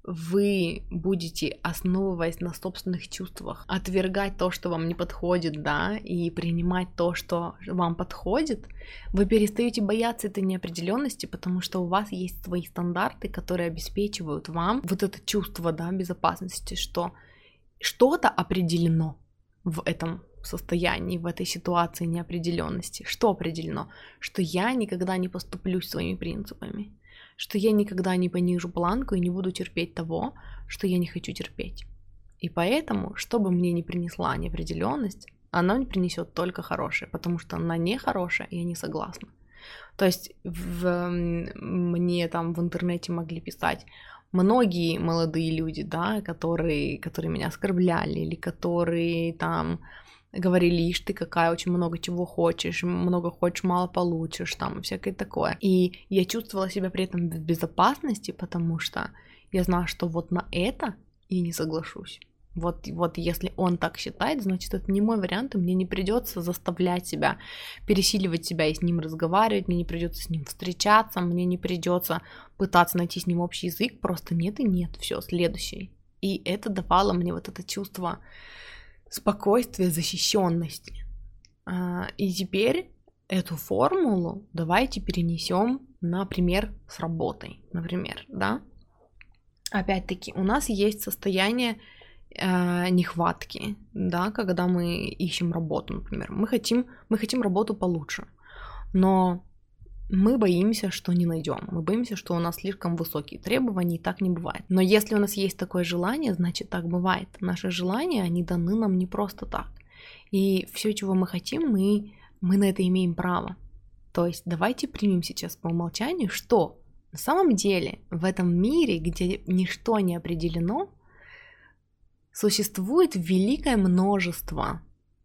вы будете, основываясь на собственных чувствах, отвергать то, что вам не подходит, да, и принимать то, что вам подходит, вы перестаете бояться этой неопределенности, потому что у вас есть свои стандарты, которые обеспечивают вам вот это чувство, да, безопасности, что что-то определено в этом состоянии, в этой ситуации неопределенности. Что определено? Что я никогда не поступлюсь своими принципами, что я никогда не понижу планку и не буду терпеть того, что я не хочу терпеть. И поэтому, что бы мне ни принесла неопределенность, она мне принесет только хорошее, потому что она не хорошая, и я не согласна. То есть в, мне там в интернете могли писать многие молодые люди, да, которые, которые меня оскорбляли, или которые там говорили, ишь ты какая, очень много чего хочешь, много хочешь, мало получишь, там, всякое такое. И я чувствовала себя при этом в безопасности, потому что я знала, что вот на это я не соглашусь. Вот, вот если он так считает, значит, это не мой вариант, и мне не придется заставлять себя, пересиливать себя и с ним разговаривать, мне не придется с ним встречаться, мне не придется пытаться найти с ним общий язык, просто нет и нет, все, следующий. И это давало мне вот это чувство спокойствия, защищенности. И теперь эту формулу давайте перенесем, например, с работой, например, да. Опять-таки, у нас есть состояние э, нехватки, да, когда мы ищем работу, например. Мы хотим, мы хотим работу получше, но мы боимся, что не найдем. Мы боимся, что у нас слишком высокие требования, и так не бывает. Но если у нас есть такое желание, значит, так бывает. Наши желания, они даны нам не просто так. И все, чего мы хотим, мы, мы на это имеем право. То есть давайте примем сейчас по умолчанию, что на самом деле в этом мире, где ничто не определено, существует великое множество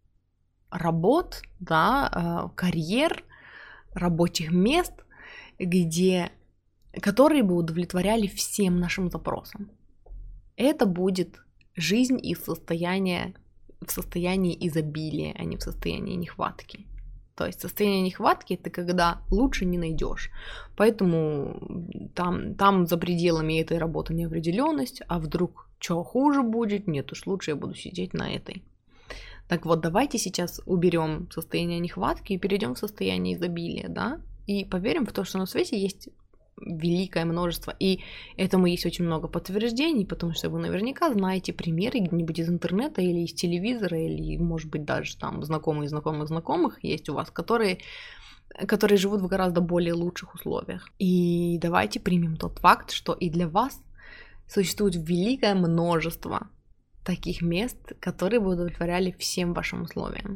работ, да, карьер, рабочих мест, где, которые бы удовлетворяли всем нашим запросам. Это будет жизнь из состояния, в состоянии изобилия, а не в состоянии нехватки. То есть состояние нехватки — это когда лучше не найдешь. Поэтому там, там за пределами этой работы неопределенность, а вдруг что хуже будет, нет уж, лучше я буду сидеть на этой. Так вот, давайте сейчас уберем состояние нехватки и перейдем в состояние изобилия, да, и поверим в то, что на свете есть великое множество, и этому есть очень много подтверждений, потому что вы наверняка знаете примеры где-нибудь из интернета или из телевизора, или, может быть, даже там знакомые знакомых знакомых есть у вас, которые, которые живут в гораздо более лучших условиях. И давайте примем тот факт, что и для вас существует великое множество таких мест, которые бы удовлетворяли всем вашим условиям.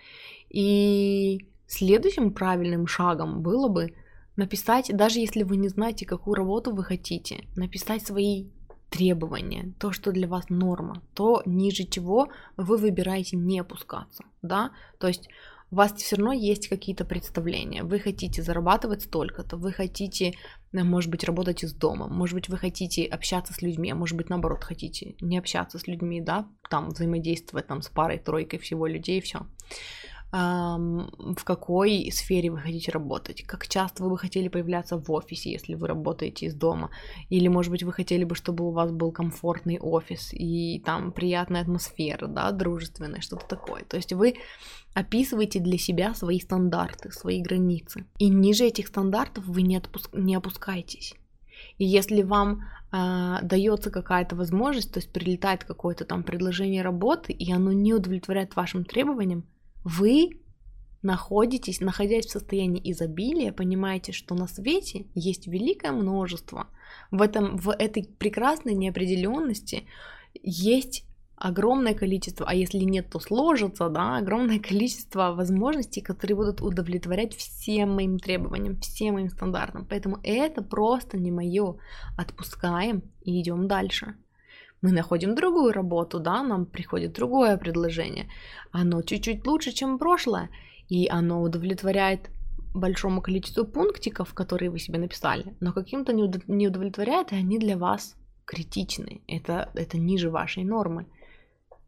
И следующим правильным шагом было бы написать, даже если вы не знаете, какую работу вы хотите, написать свои требования, то, что для вас норма, то, ниже чего вы выбираете не опускаться, да, то есть у вас все равно есть какие-то представления, вы хотите зарабатывать столько-то, вы хотите, может быть, работать из дома, может быть, вы хотите общаться с людьми, а может быть, наоборот, хотите не общаться с людьми, да, там, взаимодействовать там с парой, тройкой всего людей, и все. В какой сфере вы хотите работать, как часто вы бы хотели появляться в офисе, если вы работаете из дома, или, может быть, вы хотели бы, чтобы у вас был комфортный офис и там приятная атмосфера, да, дружественная, что-то такое. То есть вы описываете для себя свои стандарты, свои границы, и ниже этих стандартов вы не, отпуск... не опускаетесь. И если вам э, дается какая-то возможность, то есть прилетает какое-то там предложение работы, и оно не удовлетворяет вашим требованиям, вы находитесь, находясь в состоянии изобилия, понимаете, что на свете есть великое множество. В, этом, в этой прекрасной неопределенности есть огромное количество, а если нет, то сложится, да, огромное количество возможностей, которые будут удовлетворять всем моим требованиям, всем моим стандартам. Поэтому это просто не мое. Отпускаем и идем дальше. Мы находим другую работу, да, нам приходит другое предложение. Оно чуть-чуть лучше, чем прошлое, и оно удовлетворяет большому количеству пунктиков, которые вы себе написали, но каким-то не удовлетворяет, и они для вас критичны. Это, это ниже вашей нормы.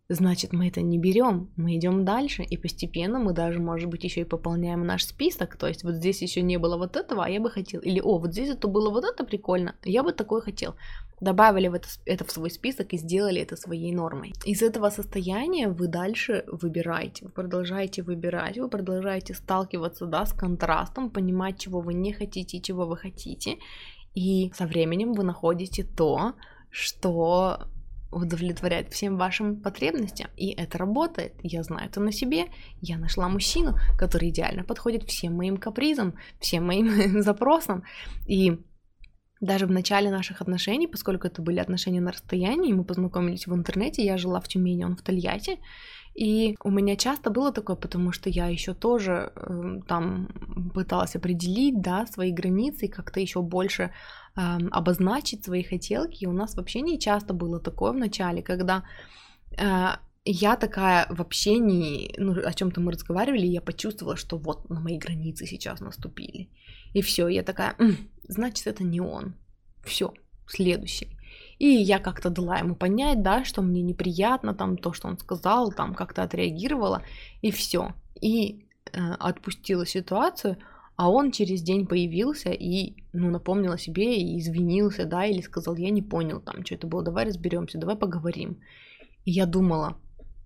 значит, мы это не берем, мы идем дальше, и постепенно мы даже, может быть, еще и пополняем наш список. То есть вот здесь еще не было вот этого, а я бы хотел. Или, о, вот здесь это было вот это прикольно, я бы такое хотел. Добавили в это, это в свой список и сделали это своей нормой. Из этого состояния вы дальше выбираете, вы продолжаете выбирать, вы продолжаете сталкиваться, да, с контрастом, понимать, чего вы не хотите и чего вы хотите. И со временем вы находите то, что удовлетворяет всем вашим потребностям, и это работает. Я знаю это на себе. Я нашла мужчину, который идеально подходит всем моим капризам, всем моим запросам. И даже в начале наших отношений, поскольку это были отношения на расстоянии, мы познакомились в интернете, я жила в Тюмени, он в Тольятти, и у меня часто было такое, потому что я еще тоже э, там пыталась определить, да, свои границы и как-то еще больше э, обозначить свои хотелки. И у нас в общении часто было такое в начале, когда э, я такая в общении, ну, о чем-то мы разговаривали, и я почувствовала, что вот на мои границы сейчас наступили. И все, я такая, М, значит, это не он. Все, следующий. И я как-то дала ему понять, да, что мне неприятно, там, то, что он сказал, там, как-то отреагировала, и все. И э, отпустила ситуацию, а он через день появился и, ну, напомнил о себе и извинился, да, или сказал, я не понял, там, что это было, давай разберемся, давай поговорим. И я думала,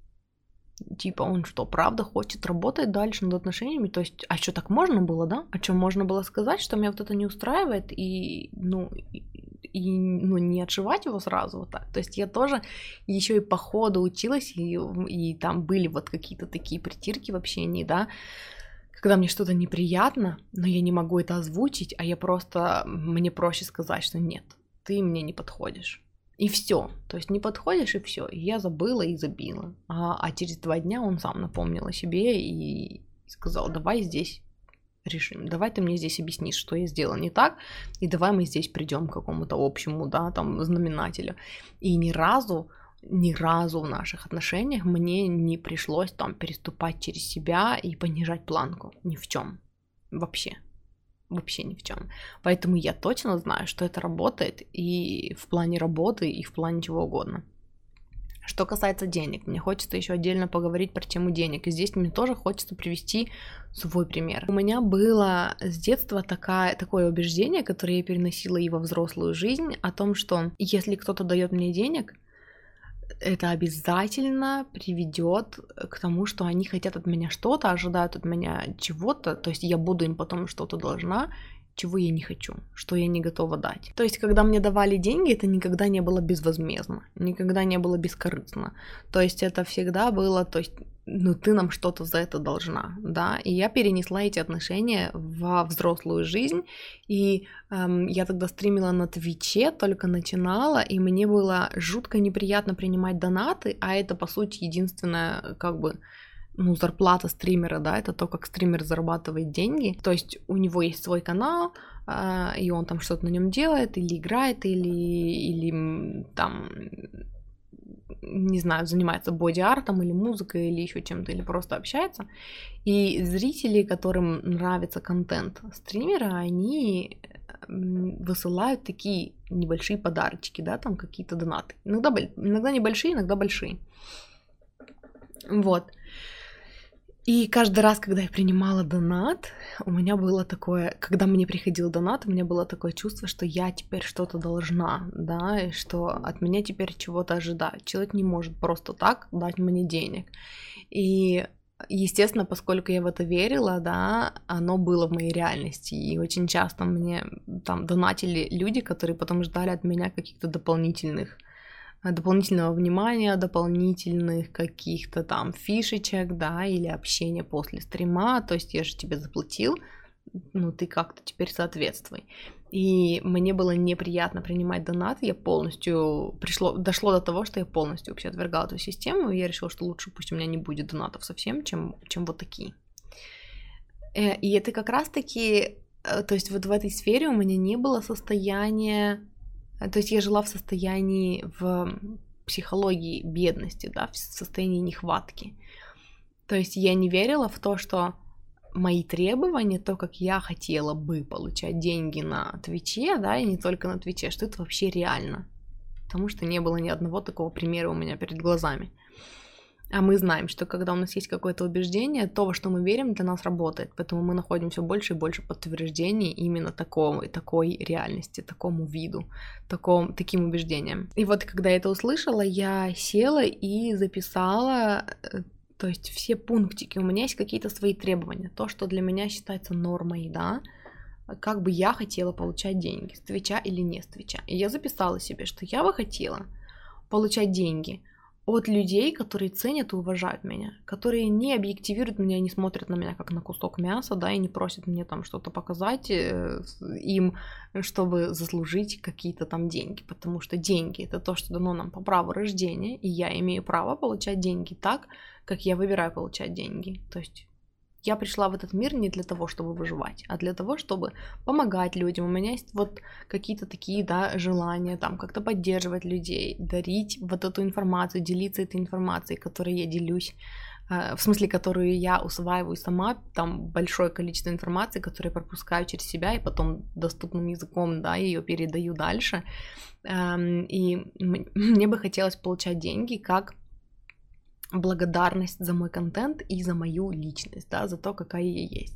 типа, он что, правда хочет работать дальше над отношениями? То есть, а что, так можно было, да? А что, можно было сказать, что меня вот это не устраивает, и, ну, и, и ну, не отшивать его сразу вот так? То есть я тоже еще и по ходу училась, и, и там были вот какие-то такие притирки в общении, да, когда мне что-то неприятно, но я не могу это озвучить, а я просто, мне проще сказать, что нет, ты мне не подходишь. И все, то есть не подходишь, и все. И я забыла и забила. А, а через два дня он сам напомнил о себе и сказал, давай здесь решим, давай ты мне здесь объяснишь, что я сделала не так, и давай мы здесь придем к какому-то общему, да, там, знаменателю. И ни разу, ни разу в наших отношениях мне не пришлось там переступать через себя и понижать планку. Ни в чем. Вообще. Вообще ни в чем. Поэтому я точно знаю, что это работает и в плане работы, и в плане чего угодно. Что касается денег, мне хочется еще отдельно поговорить про тему денег. И здесь мне тоже хочется привести свой пример. У меня было с детства такая, такое убеждение, которое я переносила и во взрослую жизнь, о том, что если кто-то дает мне денег, это обязательно приведет к тому, что они хотят от меня что-то, ожидают от меня чего-то, то есть я буду им потом что-то должна, чего я не хочу, что я не готова дать. То есть, когда мне давали деньги, это никогда не было безвозмездно, никогда не было бескорыстно. То есть, это всегда было, то есть, ну, ты нам что-то за это должна, да. И я перенесла эти отношения во взрослую жизнь, и эм, я тогда стримила на Твиче, только начинала, и мне было жутко неприятно принимать донаты, а это, по сути, единственное, как бы, ну, зарплата стримера, да, это то, как стример зарабатывает деньги. То есть у него есть свой канал, э, и он там что-то на нем делает, или играет, или, или там, не знаю, занимается боди-артом, или музыкой, или еще чем-то, или просто общается. И зрители, которым нравится контент стримера, они высылают такие небольшие подарочки, да, там какие-то донаты. Иногда, иногда небольшие, иногда большие. Вот. И каждый раз, когда я принимала донат, у меня было такое, когда мне приходил донат, у меня было такое чувство, что я теперь что-то должна, да, и что от меня теперь чего-то ожидают. Человек не может просто так дать мне денег. И, естественно, поскольку я в это верила, да, оно было в моей реальности. И очень часто мне там донатили люди, которые потом ждали от меня каких-то дополнительных дополнительного внимания, дополнительных каких-то там фишечек, да, или общения после стрима, то есть я же тебе заплатил, ну ты как-то теперь соответствуй. И мне было неприятно принимать донат, я полностью, пришло, дошло до того, что я полностью вообще отвергала эту систему, и я решила, что лучше пусть у меня не будет донатов совсем, чем, чем вот такие. И это как раз-таки, то есть вот в этой сфере у меня не было состояния. То есть я жила в состоянии, в психологии бедности, да, в состоянии нехватки. То есть я не верила в то, что мои требования, то, как я хотела бы получать деньги на Твиче, да, и не только на Твиче, что это вообще реально. Потому что не было ни одного такого примера у меня перед глазами. А мы знаем, что когда у нас есть какое-то убеждение, то, во что мы верим, для нас работает. Поэтому мы находим все больше и больше подтверждений именно такому, такой реальности, такому виду, таком, таким убеждениям. И вот когда я это услышала, я села и записала, то есть все пунктики. У меня есть какие-то свои требования. То, что для меня считается нормой, да, как бы я хотела получать деньги, с Твича или не с Твича. И я записала себе, что я бы хотела получать деньги от людей, которые ценят и уважают меня, которые не объективируют меня, не смотрят на меня как на кусок мяса, да, и не просят мне там что-то показать э, им, чтобы заслужить какие-то там деньги, потому что деньги — это то, что дано нам по праву рождения, и я имею право получать деньги так, как я выбираю получать деньги, то есть я пришла в этот мир не для того, чтобы выживать, а для того, чтобы помогать людям. У меня есть вот какие-то такие, да, желания, там, как-то поддерживать людей, дарить вот эту информацию, делиться этой информацией, которой я делюсь, э, в смысле, которую я усваиваю сама, там, большое количество информации, которую я пропускаю через себя, и потом доступным языком, да, ее передаю дальше. Эм, и мне бы хотелось получать деньги как благодарность за мой контент и за мою личность, да, за то, какая я есть.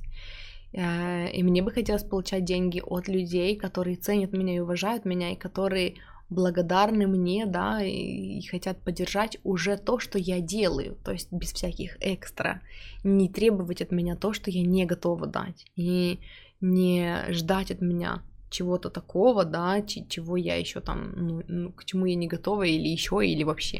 И мне бы хотелось получать деньги от людей, которые ценят меня и уважают меня, и которые благодарны мне, да, и хотят поддержать уже то, что я делаю, то есть без всяких экстра, не требовать от меня то, что я не готова дать, и не ждать от меня чего-то такого, да, чего я еще там, ну, к чему я не готова, или еще, или вообще.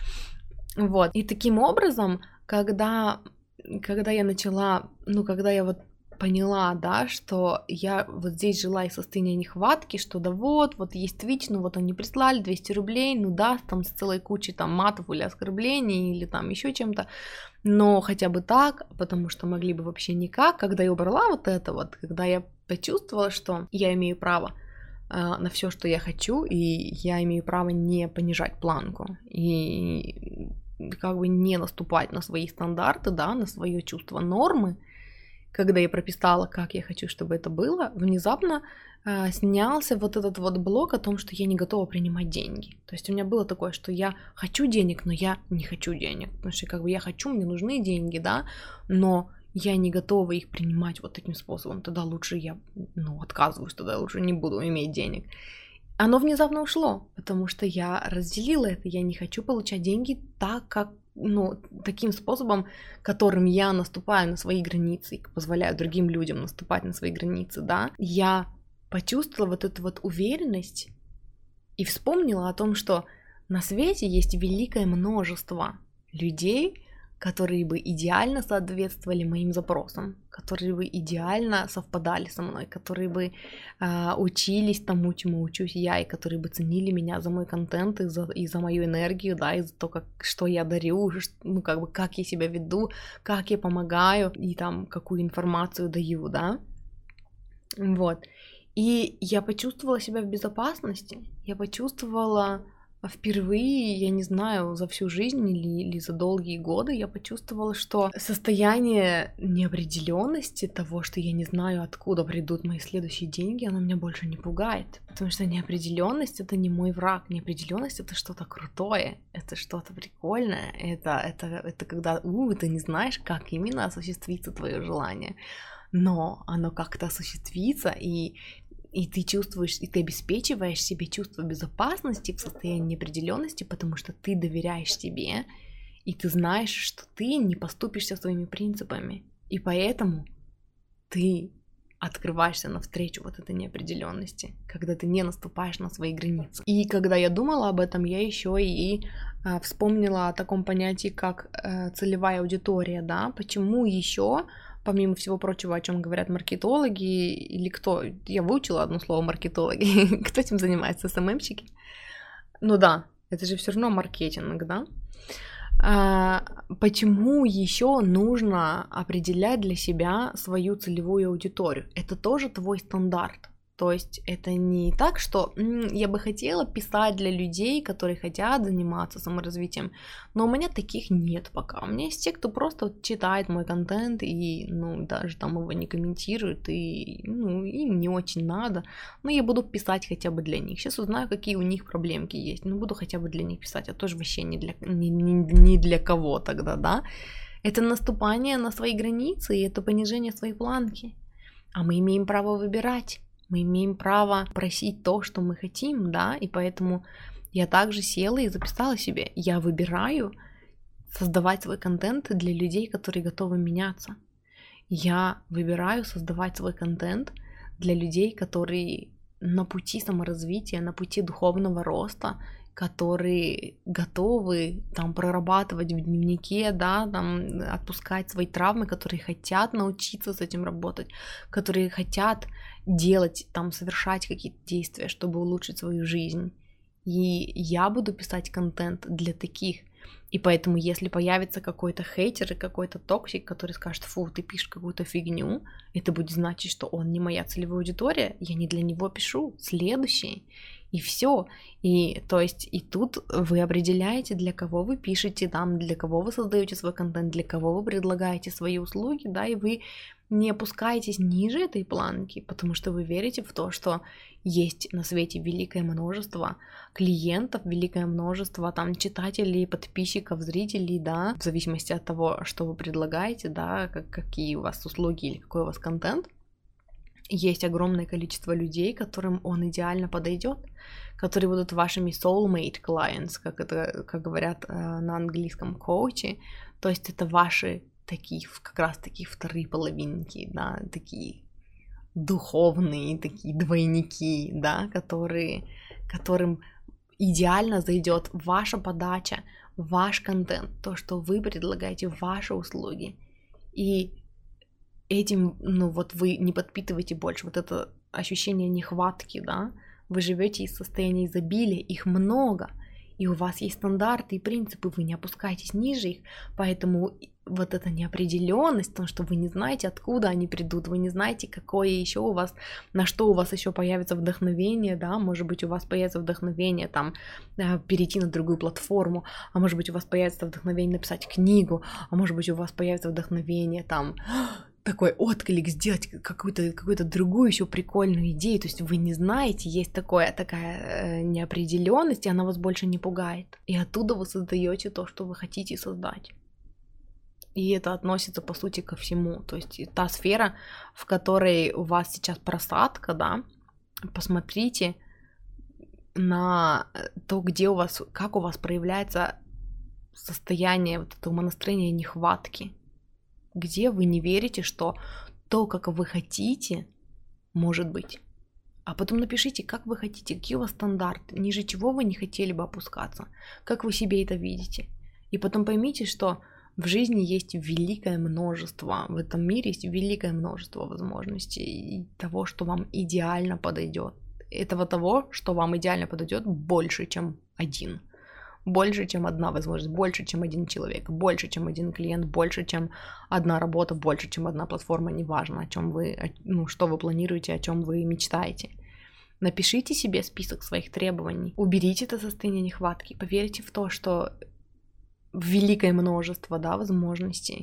Вот, и таким образом, когда, когда я начала, ну, когда я вот поняла, да, что я вот здесь жила из состояния нехватки, что да вот, вот есть Twitch, ну вот они прислали двести рублей, ну да, там с целой кучей там матов или оскорблений, или там еще чем-то, но хотя бы так, потому что могли бы вообще никак. Когда я убрала вот это вот, когда я почувствовала, что я имею право на все, что я хочу, и я имею право не понижать планку, и как бы не наступать на свои стандарты, да, на свое чувство нормы, когда я прописала, как я хочу, чтобы это было, внезапно э, снялся вот этот вот блок о том, что я не готова принимать деньги. То есть у меня было такое, что я хочу денег, но я не хочу денег, потому что как бы я хочу, мне нужны деньги, да, но я не готова их принимать вот таким способом, тогда лучше я, ну, отказываюсь, тогда лучше не буду иметь денег. Оно внезапно ушло, потому что я разделила это, я не хочу получать деньги так, как, ну, таким способом, которым я наступаю на свои границы и позволяю другим людям наступать на свои границы, да. Я почувствовала вот эту вот уверенность и вспомнила о том, что на свете есть великое множество людей, которые бы идеально соответствовали моим запросам, которые бы идеально совпадали со мной, которые бы э, учились тому, чему учусь я, и которые бы ценили меня за мой контент и за, и за мою энергию, да, и за то, как, что я дарю, ну, как бы, как я себя веду, как я помогаю, и там, какую информацию даю, да, вот. И я почувствовала себя в безопасности, я почувствовала... Впервые, я не знаю, за всю жизнь или, или за долгие годы я почувствовала, что состояние неопределенности того, что я не знаю, откуда придут мои следующие деньги, оно меня больше не пугает. Потому что неопределенность — это не мой враг. Неопределенность — это что-то крутое, это что-то прикольное. Это, это, это когда у, ты не знаешь, как именно осуществится твое желание. Но оно как-то осуществится, и И ты чувствуешь, и ты обеспечиваешь себе чувство безопасности в состоянии неопределенности, потому что ты доверяешь себе, и ты знаешь, что ты не поступишься своими принципами. И поэтому ты открываешься навстречу вот этой неопределенности, когда ты не наступаешь на свои границы. И когда я думала об этом, я еще и а, вспомнила о таком понятии, как а, целевая аудитория, да, почему еще... Помимо всего прочего, о чем говорят маркетологи, или кто, я выучила одно слово маркетологи, кто этим занимается, эс эм эм-щики? Ну да, это же все равно маркетинг, да? А, почему еще нужно определять для себя свою целевую аудиторию? Это тоже твой стандарт. То есть это не так, что м, я бы хотела писать для людей, которые хотят заниматься саморазвитием, но у меня таких нет пока. У меня есть те, кто просто вот читает мой контент и, ну, даже там его не комментирует, и, ну, им не очень надо. Но я буду писать хотя бы для них. Сейчас узнаю, какие у них проблемки есть, но буду хотя бы для них писать, а тоже вообще не для, не, не, не для кого тогда, да. Это наступание на свои границы, и это понижение своей планки. А мы имеем право выбирать. Мы имеем право просить то, что мы хотим, да, и поэтому я также села и записала себе. Я выбираю создавать свой контент для людей, которые готовы меняться. Я выбираю создавать свой контент для людей, которые на пути саморазвития, на пути духовного роста, которые готовы там прорабатывать в дневнике, да, там отпускать свои травмы, которые хотят научиться с этим работать, которые хотят делать, там, совершать какие-то действия, чтобы улучшить свою жизнь. И я буду писать контент для таких. И поэтому, если появится какой-то хейтер и какой-то токсик, который скажет: фу, ты пишешь какую-то фигню, это будет значить, что он не моя целевая аудитория, я не для него пишу, следующий. И все. И то есть и тут вы определяете, для кого вы пишете, там, для кого вы создаете свой контент, для кого вы предлагаете свои услуги, да, и вы не опускаетесь ниже этой планки, потому что вы верите в то, что есть на свете великое множество клиентов, великое множество там читателей, подписчиков, зрителей, да, в зависимости от того, что вы предлагаете, да, как, какие у вас услуги или какой у вас контент. Есть огромное количество людей, которым он идеально подойдет, которые будут вашими soulmate clients, как это, как говорят э, на английском коучи. То есть это ваши такие, как раз такие вторые половинки, да, такие духовные, такие двойники, да, которые, которым идеально зайдет ваша подача, ваш контент, то, что вы предлагаете, ваши услуги. И этим, ну вот вы не подпитываете больше вот это ощущение нехватки, да, вы живете из состояния изобилия, их много, и у вас есть стандарты и принципы, вы не опускаетесь ниже их, поэтому вот эта неопределенность, потому что вы не знаете, откуда они придут, вы не знаете, какое еще у вас, на что у вас еще появится вдохновение, да, может быть, у вас появится вдохновение там перейти на другую платформу, а может быть, у вас появится вдохновение написать книгу, а может быть, у вас появится вдохновение там такой отклик, сделать какую-то, какую-то другую еще прикольную идею, то есть вы не знаете, есть такое, такая неопределенность, и она вас больше не пугает, и оттуда вы создаете то, что вы хотите создать. И это относится, по сути, ко всему. То есть та сфера, в которой у вас сейчас просадка, да, посмотрите на то, где у вас, как у вас проявляется состояние вот этого настроения нехватки, где вы не верите, что то, как вы хотите, может быть. А потом напишите, как вы хотите, какие у вас стандарты, ниже чего вы не хотели бы опускаться, как вы себе это видите. И потом поймите, что в жизни есть великое множество, в этом мире есть великое множество возможностей и того, что вам идеально подойдет. Этого того, что вам идеально подойдет, больше, чем один. Больше, чем одна возможность, больше, чем один человек, больше, чем один клиент, больше, чем одна работа, больше, чем одна платформа, неважно, о чем вы, ну, что вы планируете, о чем вы мечтаете. Напишите себе список своих требований, уберите это состояние нехватки, поверьте в то, что великое множество, да, возможностей,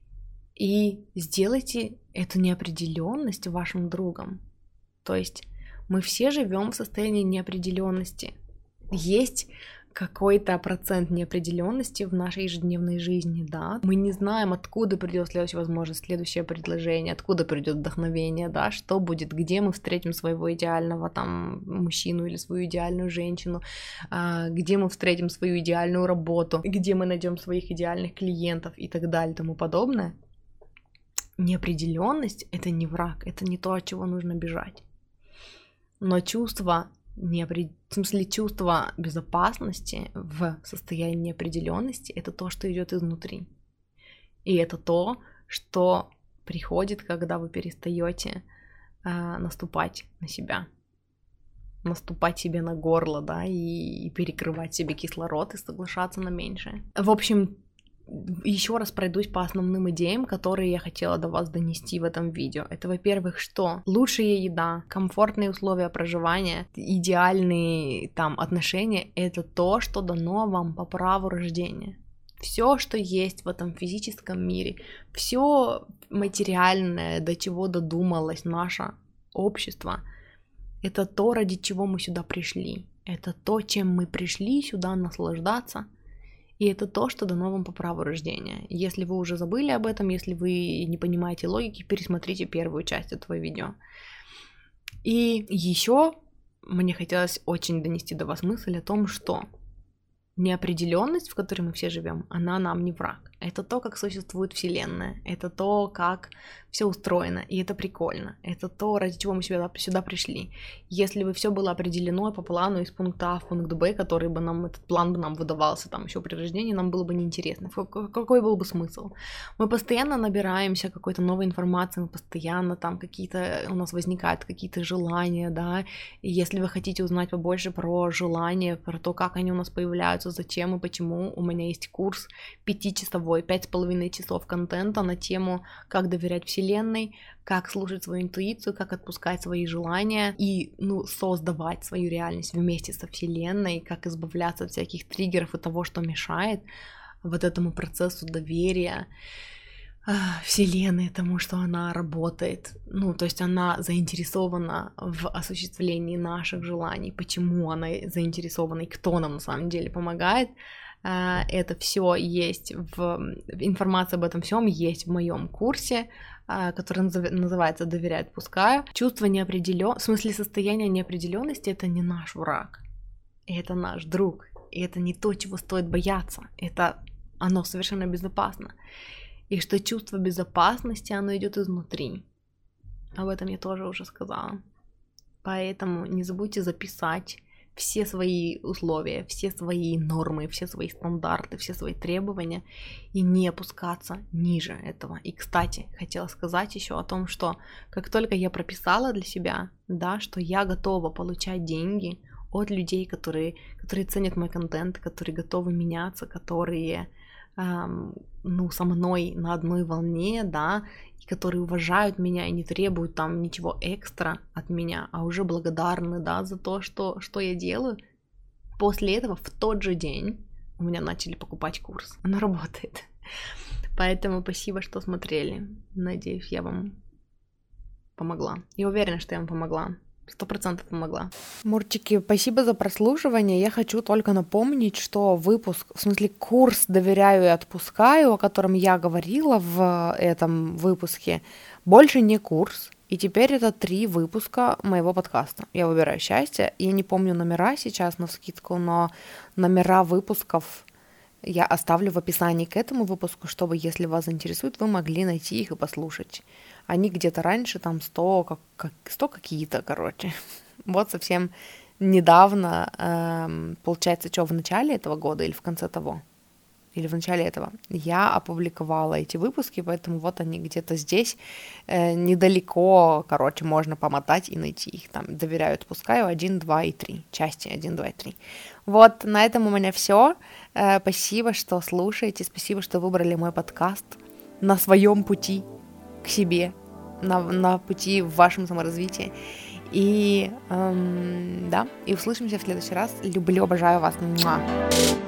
и сделайте эту неопределенность вашим другом. То есть мы все живем в состоянии неопределенности. Есть какой-то процент неопределенности в нашей ежедневной жизни, да. Мы не знаем, откуда придет следующая возможность, следующее предложение, откуда придет вдохновение, да, что будет, где мы встретим своего идеального там мужчину или свою идеальную женщину, где мы встретим свою идеальную работу, где мы найдем своих идеальных клиентов и так далее и тому подобное. Неопределенность — это не враг, это не то, от чего нужно бежать. Но чувство Неопред... В смысле, чувство безопасности в состоянии неопределенности — это то, что идет изнутри. И это то, что приходит, когда вы перестаете э, наступать на себя, наступать себе на горло, да, и, и перекрывать себе кислород и соглашаться на меньшее. В общем, еще раз пройдусь по основным идеям, которые я хотела до вас донести в этом видео. Это, во-первых, что лучшая еда, комфортные условия проживания, идеальные там отношения — это то, что дано вам по праву рождения. Все, что есть в этом физическом мире, все материальное, до чего додумалось наше общество, это то, ради чего мы сюда пришли. Это то, чем мы пришли сюда наслаждаться. И это то, что дано вам по праву рождения. Если вы уже забыли об этом, если вы не понимаете логики, пересмотрите первую часть этого видео. И еще мне хотелось очень донести до вас мысль о том, что неопределенность, в которой мы все живем, она нам не враг. Это то, как существует Вселенная, это то, как все устроено, и это прикольно. Это то, ради чего мы сюда, сюда пришли. Если бы все было определено по плану из пункта А в пункт Б, который бы нам, этот план бы нам выдавался там еще при рождении, нам было бы неинтересно. Какой был бы смысл? Мы постоянно набираемся какой-то новой информации, мы постоянно там какие-то, у нас возникают какие-то желания, да, и если вы хотите узнать побольше про желания, про то, как они у нас появляются, зачем и почему, у меня есть курс пятичасовой, пять с половиной часов контента на тему, как доверять Вселенной, как слушать свою интуицию, как отпускать свои желания и, ну, создавать свою реальность вместе со Вселенной, как избавляться от всяких триггеров и того, что мешает вот этому процессу доверия Вселенной, тому, что она работает, ну, то есть она заинтересована в осуществлении наших желаний, почему она заинтересована и кто нам на самом деле помогает. Это все есть в информация об этом всем есть в моем курсе, который называется «Доверяю, отпускаю». Чувство неопределенности, в смысле состояние неопределенности, это не наш враг, это наш друг, и это не то, чего стоит бояться, это оно совершенно безопасно. И что чувство безопасности, оно идет изнутри. Об этом я тоже уже сказала. Поэтому не забудьте записать все свои условия, все свои нормы, все свои стандарты, все свои требования и не опускаться ниже этого. И, кстати, хотела сказать еще о том, что как только я прописала для себя, да, что я готова получать деньги от людей, которые, которые ценят мой контент, которые готовы меняться, которые эм, ну, со мной на одной волне, да, и которые уважают меня и не требуют там ничего экстра от меня, а уже благодарны, да, за то, что, что я делаю. После этого в тот же день у меня начали покупать курс. Оно работает. Поэтому спасибо, что смотрели. Надеюсь, я вам помогла. Я уверена, что я вам помогла. Сто процентов помогла. Мурчики, спасибо за прослушивание. Я хочу только напомнить, что выпуск, в смысле курс «Доверяю и отпускаю», о котором я говорила в этом выпуске, больше не курс. И теперь это три выпуска моего подкаста. Я выбираю счастье. Я не помню номера сейчас навскидку, но номера выпусков я оставлю в описании к этому выпуску, чтобы, если вас заинтересует, вы могли найти их и послушать. Они где-то раньше, там сто, как, как, сто какие-то, короче. Вот совсем недавно, эм, получается, что, в начале этого года или в конце того, или в начале этого, я опубликовала эти выпуски, поэтому вот они где-то здесь, э, недалеко, короче, можно помотать и найти их. Там «Доверяю, отпускаю» один, два и три, части один, два и три. Вот, на этом у меня все. Э, спасибо, что слушаете, спасибо, что выбрали мой подкаст на своем пути к себе, на, на пути в вашем саморазвитии. И эм, да, и услышимся в следующий раз. Люблю, обожаю вас. Муа.